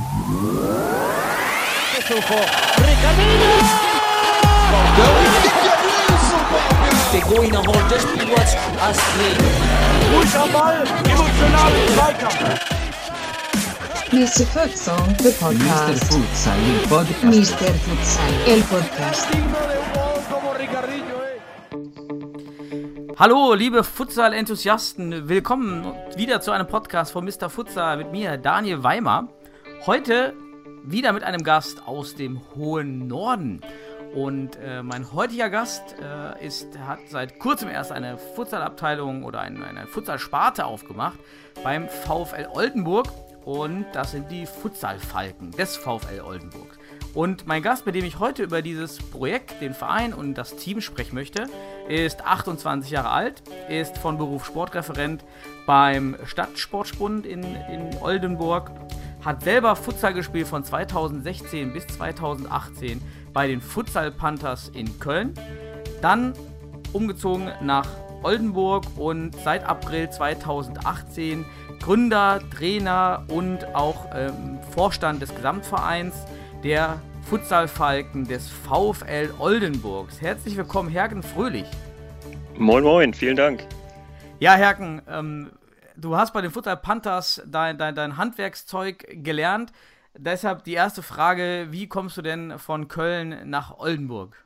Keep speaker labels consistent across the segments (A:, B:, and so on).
A: De Goina holt das Spiel Astrid.
B: Ruhig am Ball, emotionalen Zweikampf.
C: Mr. Futsal, the podcast.
D: Mr. Futsal, il podcast.
C: Mr. Futsal, el podcast.
E: Hallo, liebe Futsal-Enthusiasten, willkommen wieder zu einem Podcast von Mr. Futsal mit mir, Daniel Weimer. Heute wieder mit einem Gast aus dem hohen Norden. Und mein heutiger Gast hat seit kurzem erst eine Futsal-Abteilung oder eine Futsal-Sparte aufgemacht beim VfL Oldenburg. Und das sind die Futsal-Falken des VfL Oldenburg. Und mein Gast, mit dem ich heute über dieses Projekt, den Verein und das Team sprechen möchte, ist 28 Jahre alt, ist von Beruf Sportreferent beim Stadtsportbund in Oldenburg, hat selber Futsal gespielt von 2016 bis 2018 bei den Futsal Panthers in Köln, dann umgezogen nach Oldenburg und seit April 2018 Gründer, Trainer und auch Vorstand des Gesamtvereins der Futsal-Falken des VfL Oldenburgs. Herzlich willkommen, Hergen Fröhlich.
F: Moin moin, vielen Dank.
E: Ja, Hergen, du hast bei den Futsal Panthers dein Handwerkszeug gelernt. Deshalb die erste Frage, wie kommst du denn von Köln nach Oldenburg?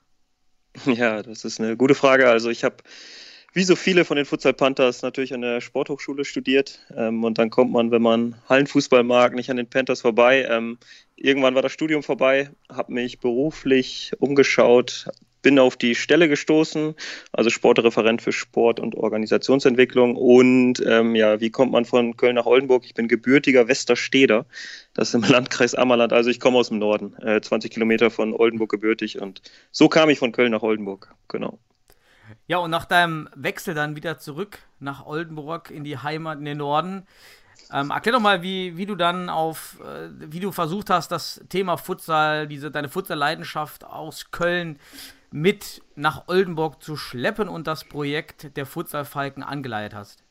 F: Ja, das ist eine gute Frage. Also ich habe, wie so viele von den Futsal Panthers, natürlich an der Sporthochschule studiert. Und dann kommt man, wenn man Hallenfußball mag, nicht an den Panthers vorbei. Irgendwann war das Studium vorbei, habe mich beruflich umgeschaut, bin auf die Stelle gestoßen, also Sportreferent für Sport- und Organisationsentwicklung. Und wie kommt man von Köln nach Oldenburg? Ich bin gebürtiger Westersteder, das ist im Landkreis Ammerland, also ich komme aus dem Norden, 20 Kilometer von Oldenburg gebürtig. Und so kam ich von Köln nach Oldenburg, genau.
E: Ja, und nach deinem Wechsel dann wieder zurück nach Oldenburg in die Heimat, in den Norden, erklär doch mal, wie du dann wie du versucht hast, das Thema Futsal, deine Futsal-Leidenschaft aus Köln mit nach Oldenburg zu schleppen und das Projekt der Futsal-Falken angeleitet hast.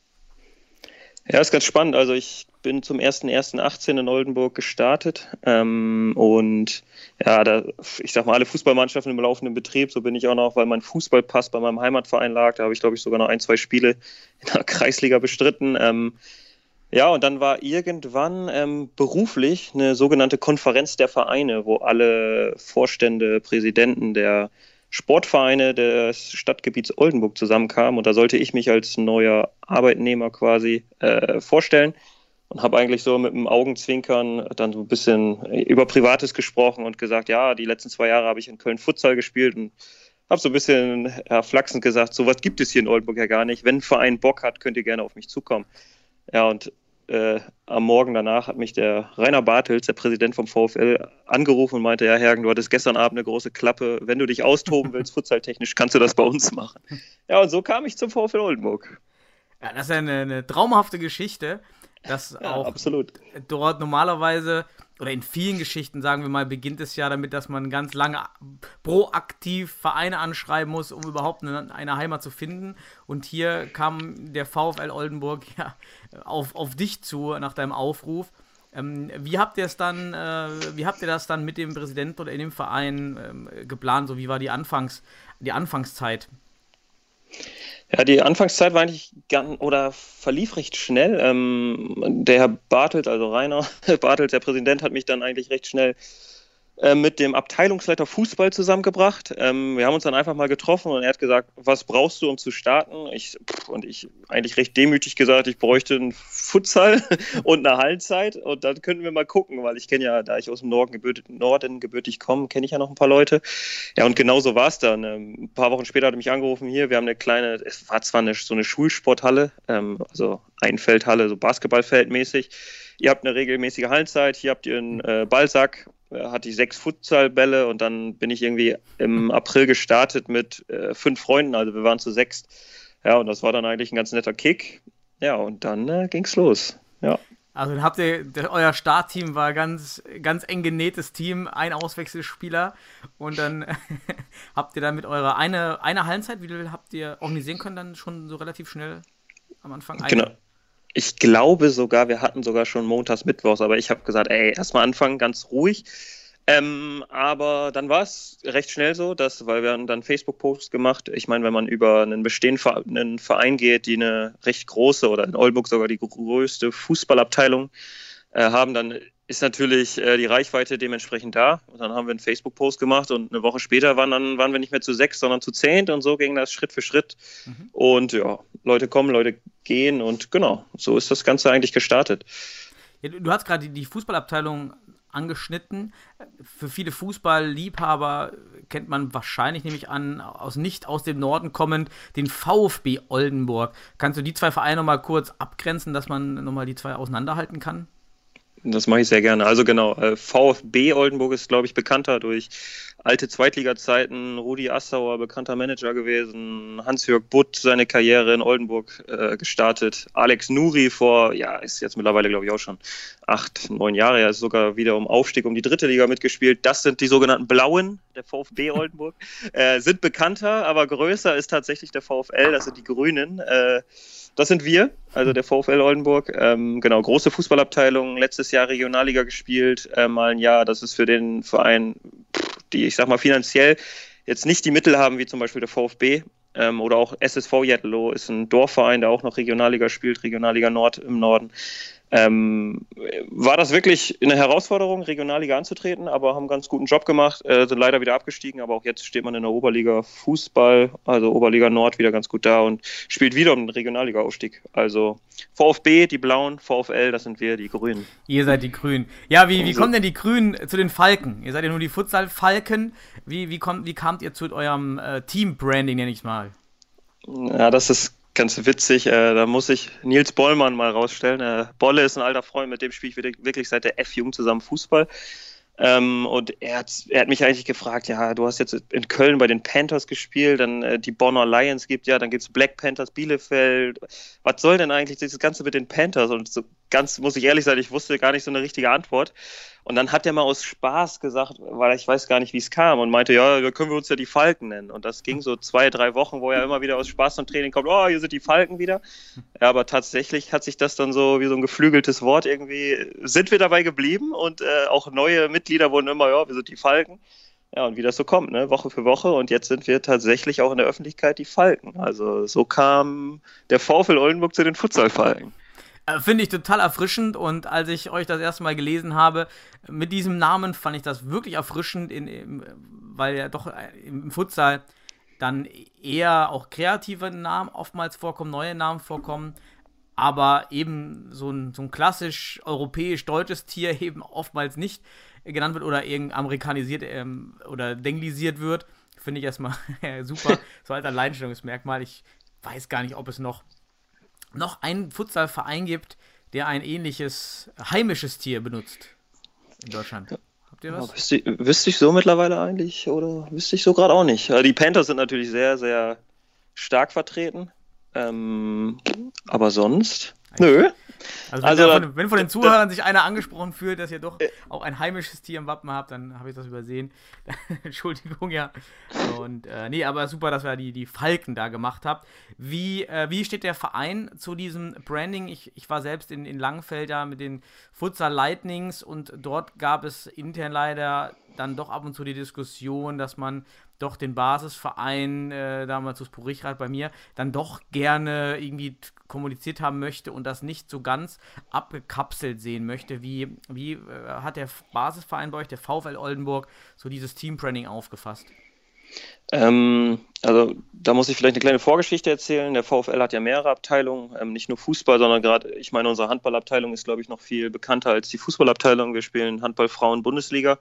F: Ja, ist ganz spannend. Also ich bin zum 01.01.18 in Oldenburg gestartet und ja, ich sag mal, alle Fußballmannschaften im laufenden Betrieb, so bin ich auch noch, weil mein Fußballpass bei meinem Heimatverein lag, da habe ich, glaube ich, sogar noch 1-2 Spiele in der Kreisliga bestritten. Ja, und dann war irgendwann beruflich eine sogenannte Konferenz der Vereine, wo alle Vorstände, Präsidenten der Sportvereine des Stadtgebiets Oldenburg zusammenkamen. Und da sollte ich mich als neuer Arbeitnehmer quasi vorstellen und habe eigentlich so mit dem Augenzwinkern dann so ein bisschen über Privates gesprochen und gesagt, ja, die letzten 2 Jahre habe ich in Köln Futsal gespielt und habe so ein bisschen flachsend gesagt, sowas gibt es hier in Oldenburg ja gar nicht. Wenn ein Verein Bock hat, könnt ihr gerne auf mich zukommen. Ja, und am Morgen danach hat mich der Rainer Bartels, der Präsident vom VfL, angerufen und meinte, ja, Hergen, du hattest gestern Abend eine große Klappe. Wenn du dich austoben willst, futsaltechnisch, kannst du das bei uns machen. Ja, und so kam ich zum VfL Oldenburg.
E: Ja, das ist eine traumhafte Geschichte, dass
F: ja,
E: auch
F: absolut.
E: Dort normalerweise, oder in vielen Geschichten, sagen wir mal, beginnt es ja damit, dass man ganz lange proaktiv Vereine anschreiben muss, um überhaupt eine Heimat zu finden. Und hier kam der VfL Oldenburg ja auf dich zu nach deinem Aufruf. Wie habt ihr das dann mit dem Präsidenten oder in dem Verein geplant? So, wie war die Anfangszeit?
F: Ja, die Anfangszeit war eigentlich verlief recht schnell. Der Herr Bartels, also Rainer Bartels, der Präsident, hat mich dann eigentlich recht schnell mit dem Abteilungsleiter Fußball zusammengebracht. Wir haben uns dann einfach mal getroffen und er hat gesagt, was brauchst du, um zu starten? Ich eigentlich recht demütig gesagt, ich bräuchte einen Futsal und eine Hallenzeit und dann könnten wir mal gucken, weil ich kenne ja, da ich aus dem Norden gebürtig komme, kenne ich ja noch ein paar Leute. Ja, und genau so war es dann. Ein paar Wochen später hat er mich angerufen, hier, wir haben es war zwar so eine Schulsporthalle, also Einfeldhalle, so Basketballfeldmäßig. Ihr habt eine regelmäßige Hallenzeit, hier habt ihr einen Ballsack, hatte ich 6 Futsalbälle und dann bin ich irgendwie im April gestartet mit 5 Freunden, also wir waren zu 6. Ja, und das war dann eigentlich ein ganz netter Kick. Ja, und dann ging's los. Ja.
E: Also euer Startteam war ganz, ganz eng genähtes Team, ein Auswechselspieler und dann habt ihr dann mit eurer eine Hallenzeit, wie viel habt ihr organisieren können, dann schon so relativ schnell am Anfang?
F: Genau. Ich glaube sogar, wir hatten sogar schon montags, mittwochs, aber ich habe gesagt, erstmal anfangen, ganz ruhig. Aber dann war es recht schnell so, weil wir haben dann Facebook-Posts gemacht. Ich meine, wenn man über einen bestehenden Verein geht, die eine recht große oder in Oldenburg sogar die größte Fußballabteilung haben, dann ist natürlich die Reichweite dementsprechend da. Und dann haben wir einen Facebook-Post gemacht und eine Woche später waren wir nicht mehr zu 6, sondern zu 10 und so ging das Schritt für Schritt. Und ja, Leute kommen, Leute gehen und genau, so ist das Ganze eigentlich gestartet.
E: Ja, du hast gerade die Fußballabteilung angeschnitten. Für viele Fußballliebhaber kennt man wahrscheinlich, nehme ich an, nicht aus dem Norden kommend, den VfB Oldenburg. Kannst du die zwei Vereine nochmal kurz abgrenzen, dass man nochmal die zwei auseinanderhalten kann?
F: Das mache ich sehr gerne. Also genau, VfB Oldenburg ist, glaube ich, bekannter durch alte Zweitliga-Zeiten. Rudi Assauer, bekannter Manager gewesen. Hans-Jörg Butt, seine Karriere in Oldenburg gestartet. Alex Nuri ist jetzt mittlerweile, glaube ich, auch schon 8, 9 Jahre. Er ist sogar wieder um Aufstieg um die 3. Liga mitgespielt. Das sind die sogenannten Blauen, der VfB Oldenburg. Sind bekannter, aber größer ist tatsächlich der VfL. Das sind die Grünen. Das sind wir, also der VfL Oldenburg. Genau, große Fußballabteilung, letztes Jahr Regionalliga gespielt, mal ein Jahr. Das ist für den Verein, die, ich sag mal, finanziell jetzt nicht die Mittel haben, wie zum Beispiel der VfB. Oder auch SSV Jettelow ist ein Dorfverein, der auch noch Regionalliga spielt, Regionalliga Nord im Norden. War das wirklich eine Herausforderung, Regionalliga anzutreten, aber haben einen ganz guten Job gemacht, sind leider wieder abgestiegen, aber auch jetzt steht man in der Oberliga Fußball, also Oberliga Nord wieder ganz gut da und spielt wieder um den Regionalliga-Aufstieg. Also VfB, die Blauen, VfL, das sind wir, die Grünen.
E: Ihr seid die Grünen. Ja, wie kommen denn die Grünen zu den Falken? Ihr seid ja nur die Futsal-Falken. Wie kamt ihr zu eurem Team-Branding, nenne ich es mal?
F: Ja, das ist ganz witzig, da muss ich Nils Bollmann mal rausstellen. Bolle ist ein alter Freund, mit dem spiele ich wirklich seit der F-Jugend zusammen Fußball. Und er hat mich eigentlich gefragt, ja, du hast jetzt in Köln bei den Panthers gespielt, dann die Bonner Lions dann gibt es Black Panthers Bielefeld. Was soll denn eigentlich dieses Ganze mit den Panthers? Und so ganz, muss ich ehrlich sein, ich wusste gar nicht so eine richtige Antwort. Und dann hat er mal aus Spaß gesagt, weil ich weiß gar nicht, wie es kam, und meinte, ja, da können wir uns ja die Falken nennen. Und das ging so 2, 3 Wochen, wo er immer wieder aus Spaß zum Training kommt, hier sind die Falken wieder. Ja, aber tatsächlich hat sich das dann so wie so ein geflügeltes Wort irgendwie, sind wir dabei geblieben und auch neue Mitglieder wurden immer, wir sind die Falken. Ja, und wie das so kommt, ne? Woche für Woche, und jetzt sind wir tatsächlich auch in der Öffentlichkeit die Falken. Also so kam der VfL Oldenburg zu den Futsal-Falken.
E: Finde ich total erfrischend, und als ich euch das erste Mal gelesen habe, mit diesem Namen fand ich das wirklich erfrischend, weil ja doch im Futsal dann eher auch kreative Namen oftmals vorkommen, neue Namen vorkommen, aber eben so ein klassisch europäisch-deutsches Tier eben oftmals nicht genannt wird oder irgend amerikanisiert oder denglisiert wird. Finde ich erstmal super, so als Alleinstellungsmerkmal. Ich weiß gar nicht, ob es noch einen Futsalverein gibt, der ein ähnliches heimisches Tier benutzt in Deutschland. Habt ihr was?
F: Wüsste ich so mittlerweile eigentlich, oder wüsste ich so gerade auch nicht. Die Panthers sind natürlich sehr, sehr stark vertreten, aber sonst, nö.
E: Also wenn von den Zuhörern sich einer angesprochen fühlt, dass ihr doch auch ein heimisches Tier im Wappen habt, dann habe ich das übersehen. Entschuldigung, ja. Und aber super, dass ihr die Falken da gemacht habt. Wie steht der Verein zu diesem Branding? Ich war selbst in Langenfeld da mit den Futsal Lightnings, und dort gab es intern leider dann doch ab und zu die Diskussion, dass man doch den Basisverein, damals zu Spurichrath bei mir, dann doch gerne irgendwie kommuniziert haben möchte und das nicht so ganz abgekapselt sehen möchte. Wie hat der Basisverein bei euch, der VfL Oldenburg, so dieses Teambranding aufgefasst?
F: Also da muss ich vielleicht eine kleine Vorgeschichte erzählen. Der VfL hat ja mehrere Abteilungen, nicht nur Fußball, sondern gerade, ich meine, unsere Handballabteilung ist, glaube ich, noch viel bekannter als die Fußballabteilung. Wir spielen Handball-Frauen-Bundesliga.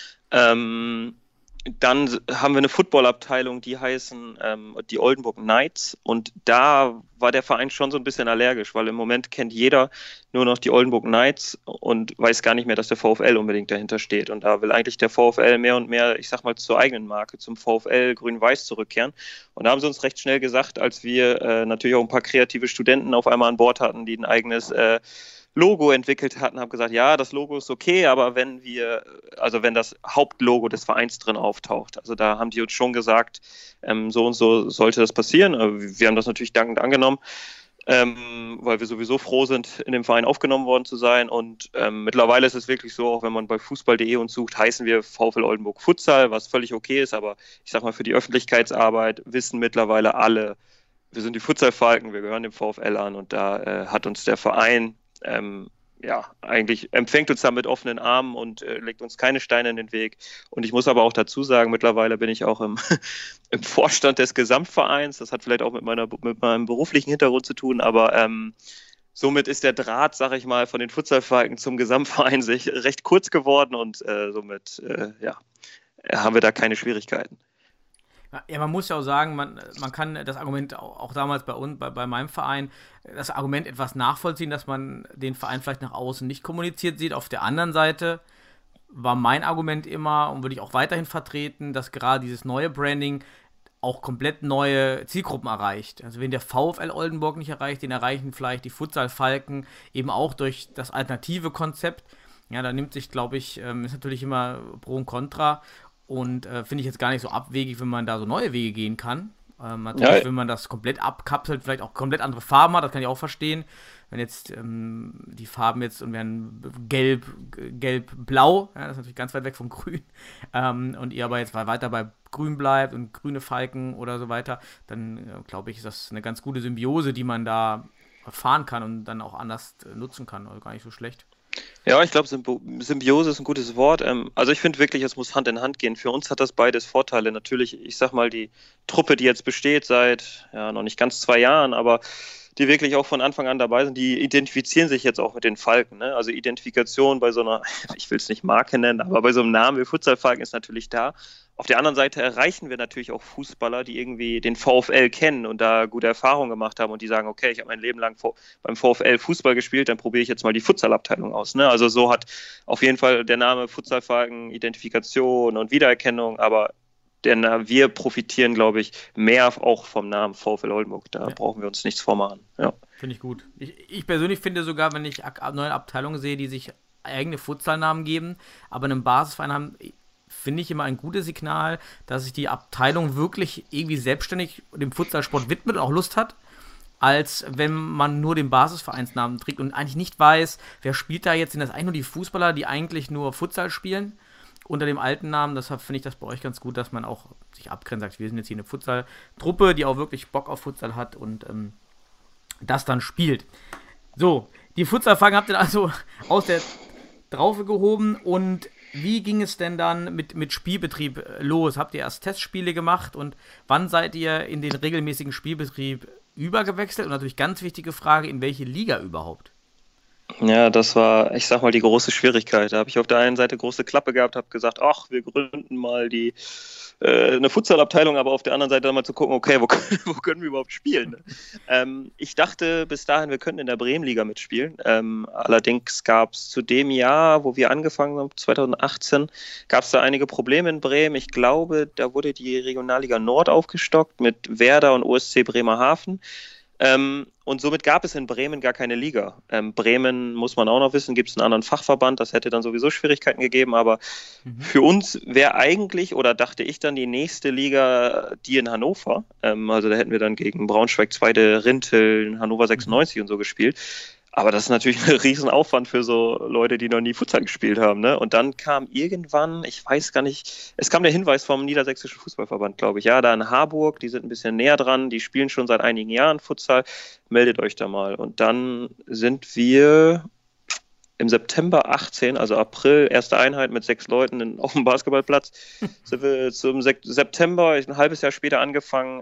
F: Dann haben wir eine Footballabteilung, die heißen die Oldenburg Knights, und da war der Verein schon so ein bisschen allergisch, weil im Moment kennt jeder nur noch die Oldenburg Knights und weiß gar nicht mehr, dass der VfL unbedingt dahinter steht, und da will eigentlich der VfL mehr und mehr, ich sag mal, zur eigenen Marke, zum VfL Grün-Weiß zurückkehren, und da haben sie uns recht schnell gesagt, als wir natürlich auch ein paar kreative Studenten auf einmal an Bord hatten, die ein eigenes Logo entwickelt hatten, habe gesagt, ja, das Logo ist okay, aber wenn das Hauptlogo des Vereins drin auftaucht, also da haben die uns schon gesagt, so und so sollte das passieren. Wir haben das natürlich dankend angenommen. weil wir sowieso froh sind, in dem Verein aufgenommen worden zu sein. Und mittlerweile ist es wirklich so, auch wenn man bei fußball.de uns sucht, heißen wir VfL Oldenburg Futsal, was völlig okay ist, aber ich sag mal, für die Öffentlichkeitsarbeit wissen mittlerweile alle, wir sind die Futsal-Falken, wir gehören dem VfL an, und da hat uns der Verein eigentlich empfängt uns da mit offenen Armen und legt uns keine Steine in den Weg. Und ich muss aber auch dazu sagen, mittlerweile bin ich auch im Vorstand des Gesamtvereins. Das hat vielleicht auch mit meinem beruflichen Hintergrund zu tun, aber somit ist der Draht, sag ich mal, von den Futsalfalken zum Gesamtverein sich recht kurz geworden, und somit haben wir da keine Schwierigkeiten.
E: Ja, man muss ja auch sagen, man kann das Argument auch damals bei meinem Verein, das Argument etwas nachvollziehen, dass man den Verein vielleicht nach außen nicht kommuniziert sieht. Auf der anderen Seite war mein Argument immer, und würde ich auch weiterhin vertreten, dass gerade dieses neue Branding auch komplett neue Zielgruppen erreicht. Also wenn der VfL Oldenburg nicht erreicht, den erreichen vielleicht die Futsal-Falken eben auch durch das alternative Konzept. Ja, da nimmt sich, glaube ich, ist natürlich immer Pro und Contra. Und finde ich jetzt gar nicht so abwegig, wenn man da so neue Wege gehen kann. Natürlich, wenn man das komplett abkapselt, vielleicht auch komplett andere Farben hat, das kann ich auch verstehen. Wenn jetzt die Farben jetzt und werden gelb-blau, ja, das ist natürlich ganz weit weg vom Grün, und ihr aber jetzt weiter bei Grün bleibt und grüne Falken oder so weiter, dann glaube ich, ist das eine ganz gute Symbiose, die man da fahren kann und dann auch anders nutzen kann. Also gar nicht so schlecht.
F: Ja, ich glaube, Symbiose ist ein gutes Wort. Also ich finde wirklich, es muss Hand in Hand gehen. Für uns hat das beides Vorteile. Natürlich, ich sag mal, die Truppe, die jetzt besteht seit noch nicht ganz 2 Jahren, aber die wirklich auch von Anfang an dabei sind, die identifizieren sich jetzt auch mit den Falken. Ne? Also Identifikation bei so einer, ich will es nicht Marke nennen, aber bei so einem Namen wie Futsal-Falken ist natürlich da. Auf der anderen Seite erreichen wir natürlich auch Fußballer, die irgendwie den VfL kennen und da gute Erfahrungen gemacht haben und die sagen, okay, ich habe mein Leben lang beim VfL Fußball gespielt, dann probiere ich jetzt mal die Futsal-Abteilung aus. Ne? Also so hat auf jeden Fall der Name Futsal-Falken Identifikation und Wiedererkennung, aber wir profitieren, glaube ich, mehr auch vom Namen VfL Oldenburg. Da brauchen wir uns nichts vormachen. Ja.
E: Finde ich gut. Ich persönlich finde sogar, wenn ich neue Abteilungen sehe, die sich eigene Futsalnamen geben, aber einen Basisverein haben, finde ich immer ein gutes Signal, dass sich die Abteilung wirklich irgendwie selbstständig dem Futsalsport widmet und auch Lust hat, als wenn man nur den Basisvereinsnamen trägt und eigentlich nicht weiß, wer spielt da jetzt. Sind das eigentlich nur die Fußballer, die eigentlich nur Futsal spielen? Unter dem alten Namen, deshalb finde ich das bei euch ganz gut, dass man auch sich abgrenzt, sagt, wir sind jetzt hier eine Futsal-Truppe, die auch wirklich Bock auf Futsal hat und das dann spielt. So, die Futsal-Fragen habt ihr also aus der Traufe gehoben, und wie ging es denn dann mit Spielbetrieb los? Habt ihr erst Testspiele gemacht und wann seid ihr in den regelmäßigen Spielbetrieb übergewechselt? Und natürlich ganz wichtige Frage, in welche Liga überhaupt?
F: Ja, das war, ich sag mal, die große Schwierigkeit. Da habe ich auf der einen Seite große Klappe gehabt, habe gesagt, ach, wir gründen mal eine Futsalabteilung, aber auf der anderen Seite dann mal zu gucken, okay, wo können wir überhaupt spielen? Ich dachte bis dahin, wir könnten in der Bremenliga mitspielen. Allerdings gab es zu dem Jahr, wo wir angefangen haben, 2018, gab es da einige Probleme in Bremen. Ich glaube, da wurde die Regionalliga Nord aufgestockt mit Werder und OSC Bremerhaven. Und somit gab es in Bremen gar keine Liga. Bremen, muss man auch noch wissen, gibt es einen anderen Fachverband, das hätte dann sowieso Schwierigkeiten gegeben, aber für uns wäre eigentlich, oder dachte ich dann, die nächste Liga die in Hannover. Also da hätten wir dann gegen Braunschweig 2. Rinteln, Hannover 96 und so gespielt. Aber das ist natürlich ein Riesenaufwand für so Leute, die noch nie Futsal gespielt haben. Ne? Und dann kam irgendwann, ich weiß gar nicht, es kam der Hinweis vom Niedersächsischen Fußballverband, glaube ich. Ja, da in Harburg, die sind ein bisschen näher dran, die spielen schon seit einigen Jahren Futsal. Meldet euch da mal. Und dann sind wir im September 18, also April, erste Einheit mit 6 Leuten auf dem Basketballplatz, sind wir zum September, ein halbes Jahr später angefangen,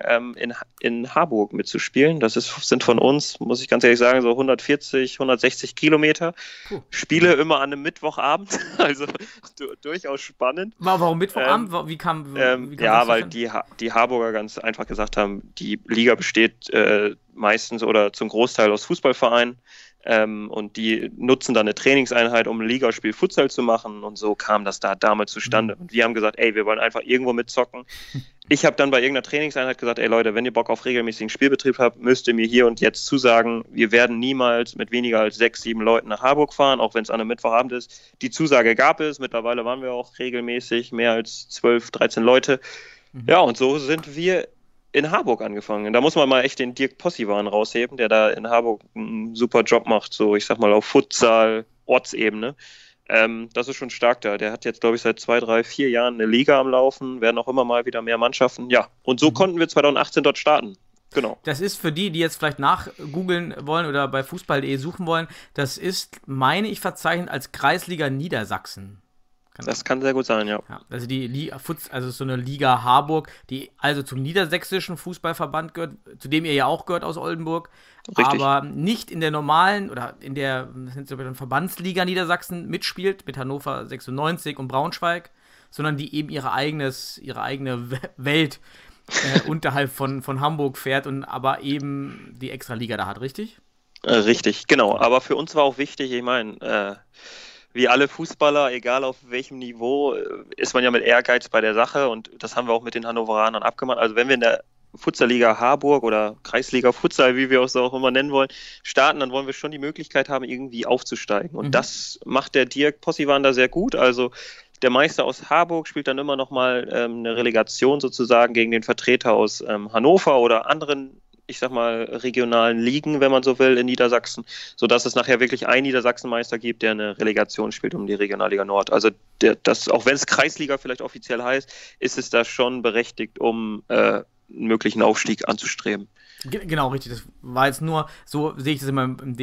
F: in Harburg mitzuspielen. Sind von uns, muss ich ganz ehrlich sagen, so 140, 160 Kilometer. Spiele immer an einem Mittwochabend, also durchaus spannend.
E: Warum Mittwochabend? Wie kam das
F: weil die Harburger ganz einfach gesagt haben, die Liga besteht meistens oder zum Großteil aus Fußballvereinen. Und die nutzen dann eine Trainingseinheit, um ein Ligaspiel Futsal zu machen, und so kam das da damals zustande. Und wir haben gesagt, wir wollen einfach irgendwo mitzocken. Ich habe dann bei irgendeiner Trainingseinheit gesagt, Leute, wenn ihr Bock auf regelmäßigen Spielbetrieb habt, müsst ihr mir hier und jetzt zusagen, wir werden niemals mit weniger als 6, 7 Leuten nach Harburg fahren, auch wenn es an einem Mittwochabend ist. Die Zusage gab es, mittlerweile waren wir auch regelmäßig mehr als 12, 13 Leute. Ja, und so sind wir in Harburg angefangen. Da muss man mal echt den Dirk Possivan rausheben, der da in Harburg einen super Job macht, so ich sag mal auf Futsal, Ortsebene. Das ist schon stark da. Der hat jetzt, glaube ich, seit 2, 3, 4 Jahren eine Liga am Laufen, werden auch immer mal wieder mehr Mannschaften. Ja, und so konnten wir 2018 dort starten. Genau.
E: Das ist für die jetzt vielleicht nachgoogeln wollen oder bei fußball.de suchen wollen, das ist, meine ich, verzeichnet als Kreisliga Niedersachsen.
F: Das kann sehr gut sein, ja.
E: Also die Liga, also so eine Liga Harburg, die also zum niedersächsischen Fußballverband gehört, zu dem ihr ja auch gehört aus Oldenburg,
F: Richtig.
E: aber nicht in der normalen oder in der Verbandsliga Niedersachsen mitspielt mit Hannover 96 und Braunschweig, sondern die eben ihre eigene Welt unterhalb von Hamburg fährt und aber eben die Extraliga da hat, richtig?
F: Richtig, genau. Aber für uns war auch wichtig, ich meine, wie alle Fußballer, egal auf welchem Niveau, ist man ja mit Ehrgeiz bei der Sache und das haben wir auch mit den Hannoveranern abgemacht. Also wenn wir in der Futsalliga Harburg oder Kreisliga Futsal, wie wir es auch immer nennen wollen, starten, dann wollen wir schon die Möglichkeit haben, irgendwie aufzusteigen. Und das macht der Dirk Possivan da sehr gut. Also der Meister aus Harburg spielt dann immer nochmal eine Relegation sozusagen gegen den Vertreter aus Hannover oder anderen, ich sag mal, regionalen Ligen, wenn man so will, in Niedersachsen, sodass es nachher wirklich einen Niedersachsenmeister gibt, der eine Relegation spielt um die Regionalliga Nord. Also das, auch wenn es Kreisliga vielleicht offiziell heißt, ist es da schon berechtigt, um einen möglichen Aufstieg anzustreben.
E: Genau, richtig. Das war jetzt nur, so sehe ich das immer im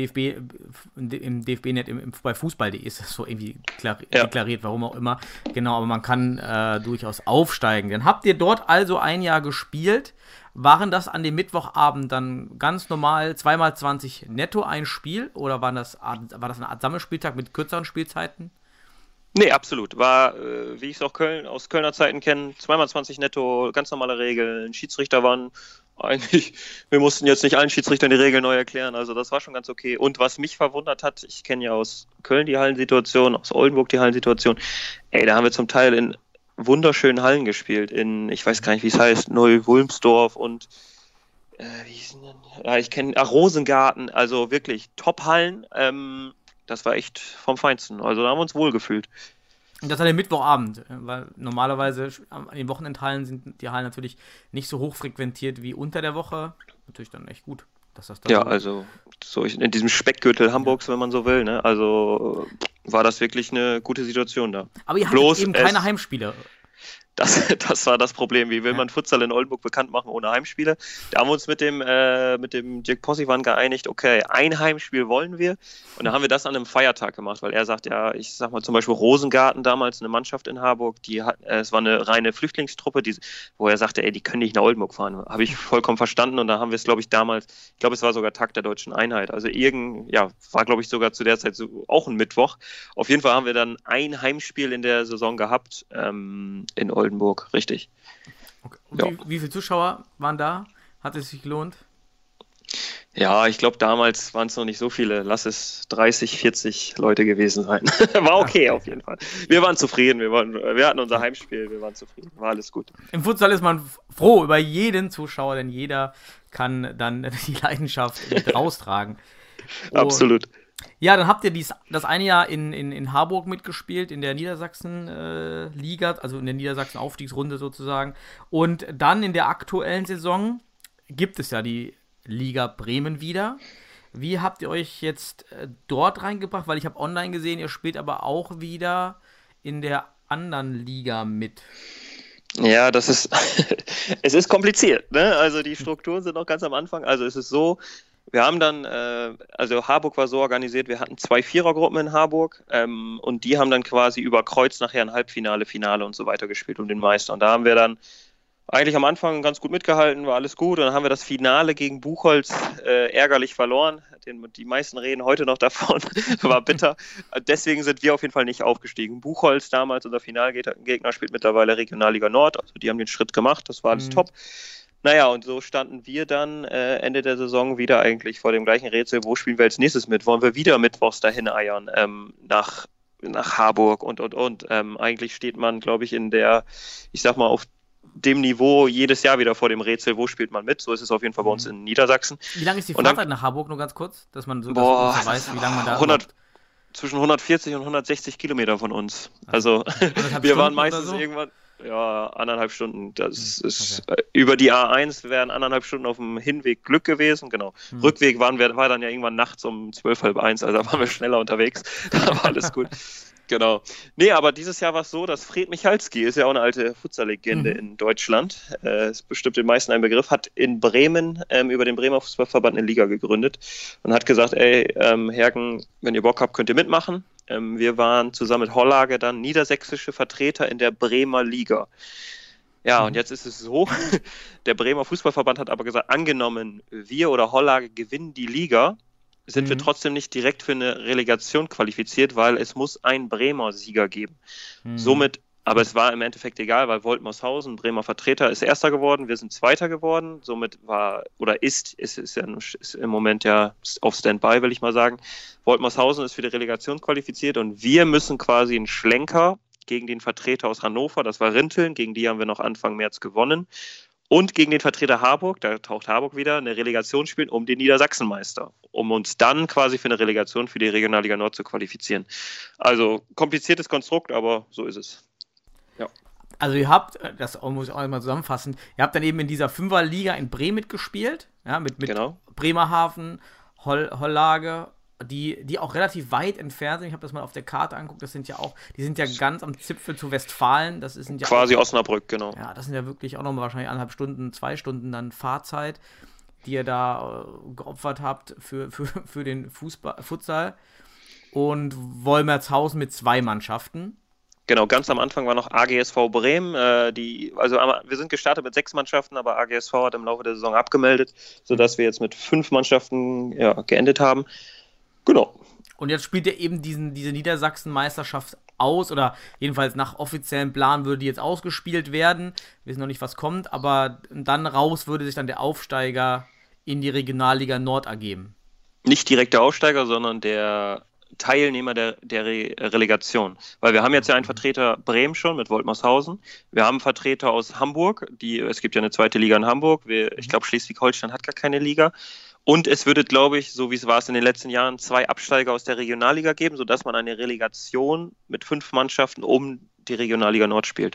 E: DFB-Net, bei Fußball.de ist das so irgendwie deklariert, warum auch immer. Genau, aber man kann durchaus aufsteigen. Dann habt ihr dort also ein Jahr gespielt. Waren das an dem Mittwochabend dann ganz normal 2x20 netto ein Spiel oder war das eine Art Sammelspieltag mit kürzeren Spielzeiten?
F: Nee, absolut. War, wie ich es auch aus Kölner Zeiten kenne, 2x20 netto, ganz normale Regeln. Schiedsrichter waren eigentlich, wir mussten jetzt nicht allen Schiedsrichtern die Regeln neu erklären, also das war schon ganz okay. Und was mich verwundert hat, ich kenne ja aus Köln die Hallensituation, aus Oldenburg die Hallensituation, da haben wir zum Teil in wunderschönen Hallen gespielt, ich weiß gar nicht, wie es heißt, Neu-Wulmsdorf und wie hieß denn? Ja, ich kenne Rosengarten, also wirklich Top-Hallen, das war echt vom Feinsten, also da haben wir uns wohl gefühlt.
E: Und das an dem Mittwochabend, weil normalerweise an den Wochenendhallen sind die Hallen natürlich nicht so hoch frequentiert wie unter der Woche, natürlich dann echt gut. Dass das dann
F: also so in diesem Speckgürtel Hamburgs, wenn man so will, ne? Also war das wirklich eine gute Situation da.
E: Aber ihr hattet eben keine Heimspiele.
F: Das war das Problem. Wie will man Futsal in Oldenburg bekannt machen ohne Heimspiele? Da haben wir uns mit dem Dirk Possivan geeinigt, okay, ein Heimspiel wollen wir. Und dann haben wir das an einem Feiertag gemacht, weil er sagt, ja, ich sag mal zum Beispiel Rosengarten damals, eine Mannschaft in Harburg, es war eine reine Flüchtlingstruppe, wo er sagte, die können nicht nach Oldenburg fahren. Habe ich vollkommen verstanden und da haben wir es, glaube ich, damals, es war sogar Tag der Deutschen Einheit. Also war, glaube ich, sogar zu der Zeit so auch ein Mittwoch. Auf jeden Fall haben wir dann ein Heimspiel in der Saison gehabt, in Oldenburg, richtig.
E: Okay. Ja. Wie viele Zuschauer waren da? Hat es sich gelohnt?
F: Ja, ich glaube, damals waren es noch nicht so viele. Lass es 30, 40 Leute gewesen sein. War okay auf jeden Fall. Wir waren zufrieden. Wir hatten unser Heimspiel. Wir waren zufrieden. War alles gut.
E: Im Futsal ist man froh über jeden Zuschauer, denn jeder kann dann die Leidenschaft mit raustragen.
F: Absolut.
E: Ja, dann habt ihr das eine Jahr in Harburg mitgespielt, in der Niedersachsen-Liga, also in der Niedersachsen-Aufstiegsrunde sozusagen. Und dann in der aktuellen Saison gibt es ja die Liga Bremen wieder. Wie habt ihr euch jetzt dort reingebracht? Weil ich habe online gesehen, ihr spielt aber auch wieder in der anderen Liga mit.
F: Ja, es ist kompliziert, ne? Also die Strukturen sind noch ganz am Anfang. Also es ist so, wir haben dann, also Harburg war so organisiert, wir hatten 2 Vierergruppen in Harburg und die haben dann quasi über Kreuz nachher ein Halbfinale, Finale und so weiter gespielt um den Meister. Und da haben wir dann eigentlich am Anfang ganz gut mitgehalten, war alles gut. Und dann haben wir das Finale gegen Buchholz ärgerlich verloren. Die meisten reden heute noch davon, war bitter. Deswegen sind wir auf jeden Fall nicht aufgestiegen. Buchholz damals, unser Finalgegner, spielt mittlerweile Regionalliga Nord. Also die haben den Schritt gemacht, das war alles top. Naja, und so standen wir dann Ende der Saison wieder eigentlich vor dem gleichen Rätsel, wo spielen wir als nächstes mit? Wollen wir wieder mittwochs dahin eiern nach Harburg und. Eigentlich steht man, glaube ich, in der, ich sag mal, auf dem Niveau jedes Jahr wieder vor dem Rätsel, wo spielt man mit? So ist es auf jeden Fall bei uns in Niedersachsen.
E: Wie lange ist die Fahrzeit nach Harburg, nur ganz kurz? Dass man so weiß, wie lange man da
F: zwischen 140 und 160 Kilometer von uns. Also wir waren meistens irgendwann. Ja, 1,5 Stunden. Das ist über die A1 wären 1,5 Stunden auf dem Hinweg Glück gewesen, genau. Rückweg war dann ja irgendwann nachts um 12, halb 1, also da waren wir schneller unterwegs. Da war alles gut. Genau. Nee, aber dieses Jahr war es so, dass Fred Michalski, ist ja auch eine alte Futsal-Legende in Deutschland, ist bestimmt den meisten ein Begriff, hat in Bremen über den Bremer Fußballverband eine Liga gegründet und hat gesagt, Hergen, wenn ihr Bock habt, könnt ihr mitmachen. Wir waren zusammen mit Hollage dann niedersächsische Vertreter in der Bremer Liga. Ja, und jetzt ist es so, der Bremer Fußballverband hat aber gesagt, angenommen, wir oder Hollage gewinnen die Liga, sind wir trotzdem nicht direkt für eine Relegation qualifiziert, weil es muss einen Bremer Sieger geben. Somit, aber es war im Endeffekt egal, weil Woltmershausen, Bremer Vertreter, ist Erster geworden, wir sind Zweiter geworden. Somit ist im Moment ja auf Standby, will ich mal sagen. Woltmershausen ist für die Relegation qualifiziert und wir müssen quasi einen Schlenker gegen den Vertreter aus Hannover, das war Rinteln, gegen die haben wir noch Anfang März gewonnen. Und gegen den Vertreter Harburg, da taucht Harburg wieder, eine Relegation spielen um den Niedersachsenmeister, um uns dann quasi für eine Relegation für die Regionalliga Nord zu qualifizieren. Also kompliziertes Konstrukt, aber so ist es. Ja.
E: Also ihr habt, das muss ich auch mal zusammenfassen, ihr habt dann eben in dieser Fünferliga in Bremen mitgespielt, ja, mit
F: genau.
E: Bremerhaven, Hollage, die auch relativ weit entfernt sind. Ich habe das mal auf der Karte angeguckt, die sind ja ganz am Zipfel zu Westfalen. Sind ja
F: quasi Osnabrück, genau.
E: Ja, das sind ja wirklich auch nochmal wahrscheinlich 1,5 Stunden, 2 Stunden dann Fahrzeit, die ihr da geopfert habt für den Futsal. Und Wolmertshausen mit 2 Mannschaften.
F: Genau, ganz am Anfang war noch AGSV Bremen. Wir sind gestartet mit 6 Mannschaften, aber AGSV hat im Laufe der Saison abgemeldet, sodass wir jetzt mit 5 Mannschaften geendet haben. Genau.
E: Und jetzt spielt ihr eben diese Niedersachsen-Meisterschaft aus, oder jedenfalls nach offiziellem Plan würde die jetzt ausgespielt werden. Wir wissen noch nicht, was kommt, aber dann raus würde sich dann der Aufsteiger in die Regionalliga Nord ergeben.
F: Nicht direkt der Aufsteiger, sondern der Teilnehmer der Relegation. Weil wir haben jetzt ja einen Vertreter Bremen schon mit Woltmershausen. Wir haben Vertreter aus Hamburg. Es gibt ja eine zweite Liga in Hamburg. Ich glaube, Schleswig-Holstein hat gar keine Liga. Und es würde, glaube ich, so wie es war in den letzten Jahren, 2 Absteiger aus der Regionalliga geben, sodass man eine Relegation mit 5 Mannschaften um die Regionalliga Nord spielt.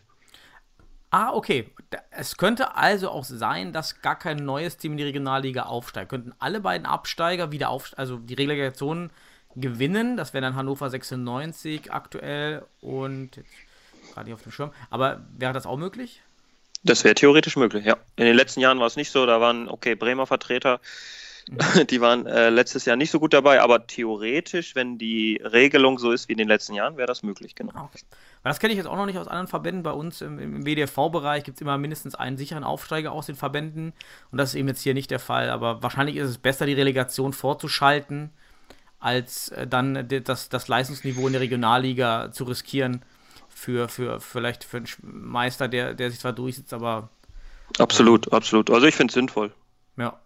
E: Ah, okay. Es könnte also auch sein, dass gar kein neues Team in die Regionalliga aufsteigt. Könnten alle beiden Absteiger wieder also die Relegation gewinnen. Das wäre dann Hannover 96 aktuell und jetzt gerade nicht auf dem Schirm. Aber wäre das auch möglich?
F: Das wäre theoretisch möglich, ja. In den letzten Jahren war es nicht so. Da waren, Bremer Vertreter, die waren letztes Jahr nicht so gut dabei, aber theoretisch, wenn die Regelung so ist wie in den letzten Jahren, wäre das möglich, genau.
E: Okay. Weil das kenne ich jetzt auch noch nicht aus anderen Verbänden. Bei uns im WDFV-Bereich gibt es immer mindestens einen sicheren Aufsteiger aus den Verbänden und das ist eben jetzt hier nicht der Fall. Aber wahrscheinlich ist es besser, die Relegation vorzuschalten, als dann das Leistungsniveau in der Regionalliga zu riskieren vielleicht für einen Meister, der sich zwar durchsetzt, aber...
F: Absolut. Also ich finde es sinnvoll.
E: Ja.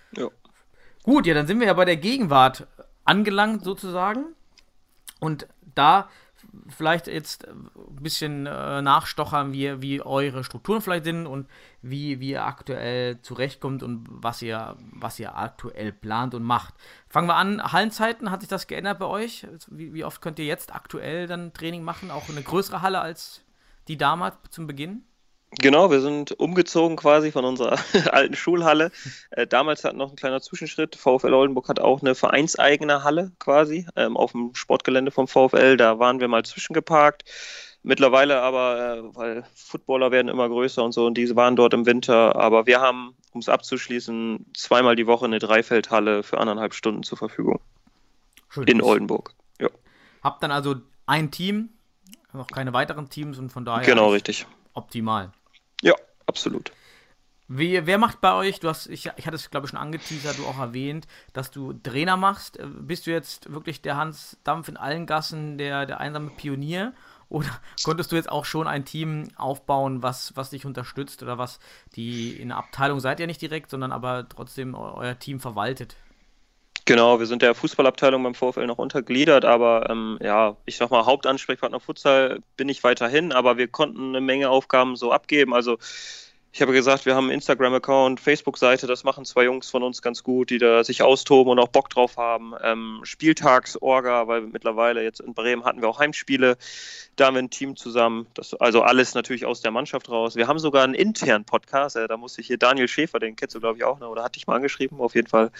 E: Gut, ja, dann sind wir ja bei der Gegenwart angelangt sozusagen und da vielleicht jetzt ein bisschen nachstochern, wie eure Strukturen vielleicht sind und wie ihr aktuell zurechtkommt und was ihr aktuell plant und macht. Fangen wir an, Hallenzeiten, hat sich das geändert bei euch? Wie oft könnt ihr jetzt aktuell dann Training machen? Auch eine größere Halle als die damals zum Beginn?
F: Genau, wir sind umgezogen quasi von unserer alten Schulhalle. Damals hat noch ein kleiner Zwischenschritt. VfL Oldenburg hat auch eine vereinseigene Halle quasi auf dem Sportgelände vom VfL. Da waren wir mal zwischengeparkt. Mittlerweile aber, weil Footballer werden immer größer und so, und diese waren dort im Winter. Aber wir haben, um es abzuschließen, 2-mal die Woche eine Dreifeldhalle für 1,5 Stunden zur Verfügung. Schön. In Oldenburg. Ja. Habt dann also ein Team, noch keine weiteren Teams und von daher... Genau, richtig. Optimal. Ja, absolut. Wer macht bei euch, ich hatte es glaube ich schon angeteasert, du auch erwähnt, dass du Trainer machst. Bist du jetzt wirklich der Hans Dampf in allen Gassen, der einsame Pionier? Oder konntest du jetzt auch schon ein Team aufbauen, was dich unterstützt oder was in der Abteilung seid ihr nicht direkt, sondern aber trotzdem euer Team verwaltet? Genau, wir sind der Fußballabteilung beim VfL noch untergliedert, aber ich sag mal, Hauptansprechpartner Futsal bin ich weiterhin, aber wir konnten eine Menge Aufgaben so abgeben. Also Ich habe gesagt, wir haben einen Instagram-Account, Facebook-Seite, das machen 2 Jungs von uns ganz gut, die da sich austoben und auch Bock drauf haben. Spieltagsorga, weil mittlerweile jetzt in Bremen hatten wir auch Heimspiele, da haben wir ein Team zusammen, also alles natürlich aus der Mannschaft raus. Wir haben sogar einen internen Podcast, da musste ich hier Daniel Schäfer, den kennst du glaube ich auch, ne? Oder hatte ich mal angeschrieben, auf jeden Fall.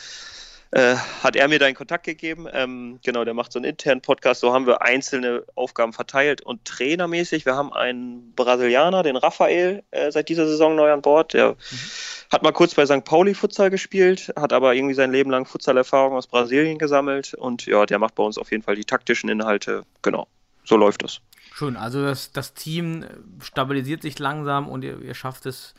F: Hat er mir deinen Kontakt gegeben. Genau, der macht so einen internen Podcast. So haben wir einzelne Aufgaben verteilt und trainermäßig. Wir haben einen Brasilianer, den Rafael, seit dieser Saison neu an Bord. Der hat mal kurz bei St. Pauli Futsal gespielt, hat aber irgendwie sein Leben lang Futsal-Erfahrung aus Brasilien gesammelt. Und ja, der macht bei uns auf jeden Fall die taktischen Inhalte. Genau, so läuft das.
E: Schön, also das Team stabilisiert sich langsam und ihr schafft es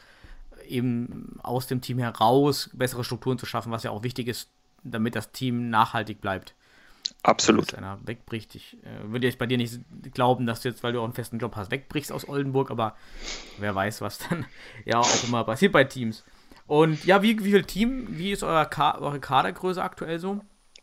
E: eben aus dem Team heraus, bessere Strukturen zu schaffen, was ja auch wichtig ist, damit das Team nachhaltig bleibt.
F: Absolut.
E: Wenn einer wegbricht. Ich würde jetzt bei dir nicht glauben, dass du jetzt, weil du auch einen festen Job hast, wegbrichst aus Oldenburg, aber wer weiß, was dann ja auch immer passiert bei Teams. Und ja, wie viel Team, wie ist eure Kadergröße aktuell so?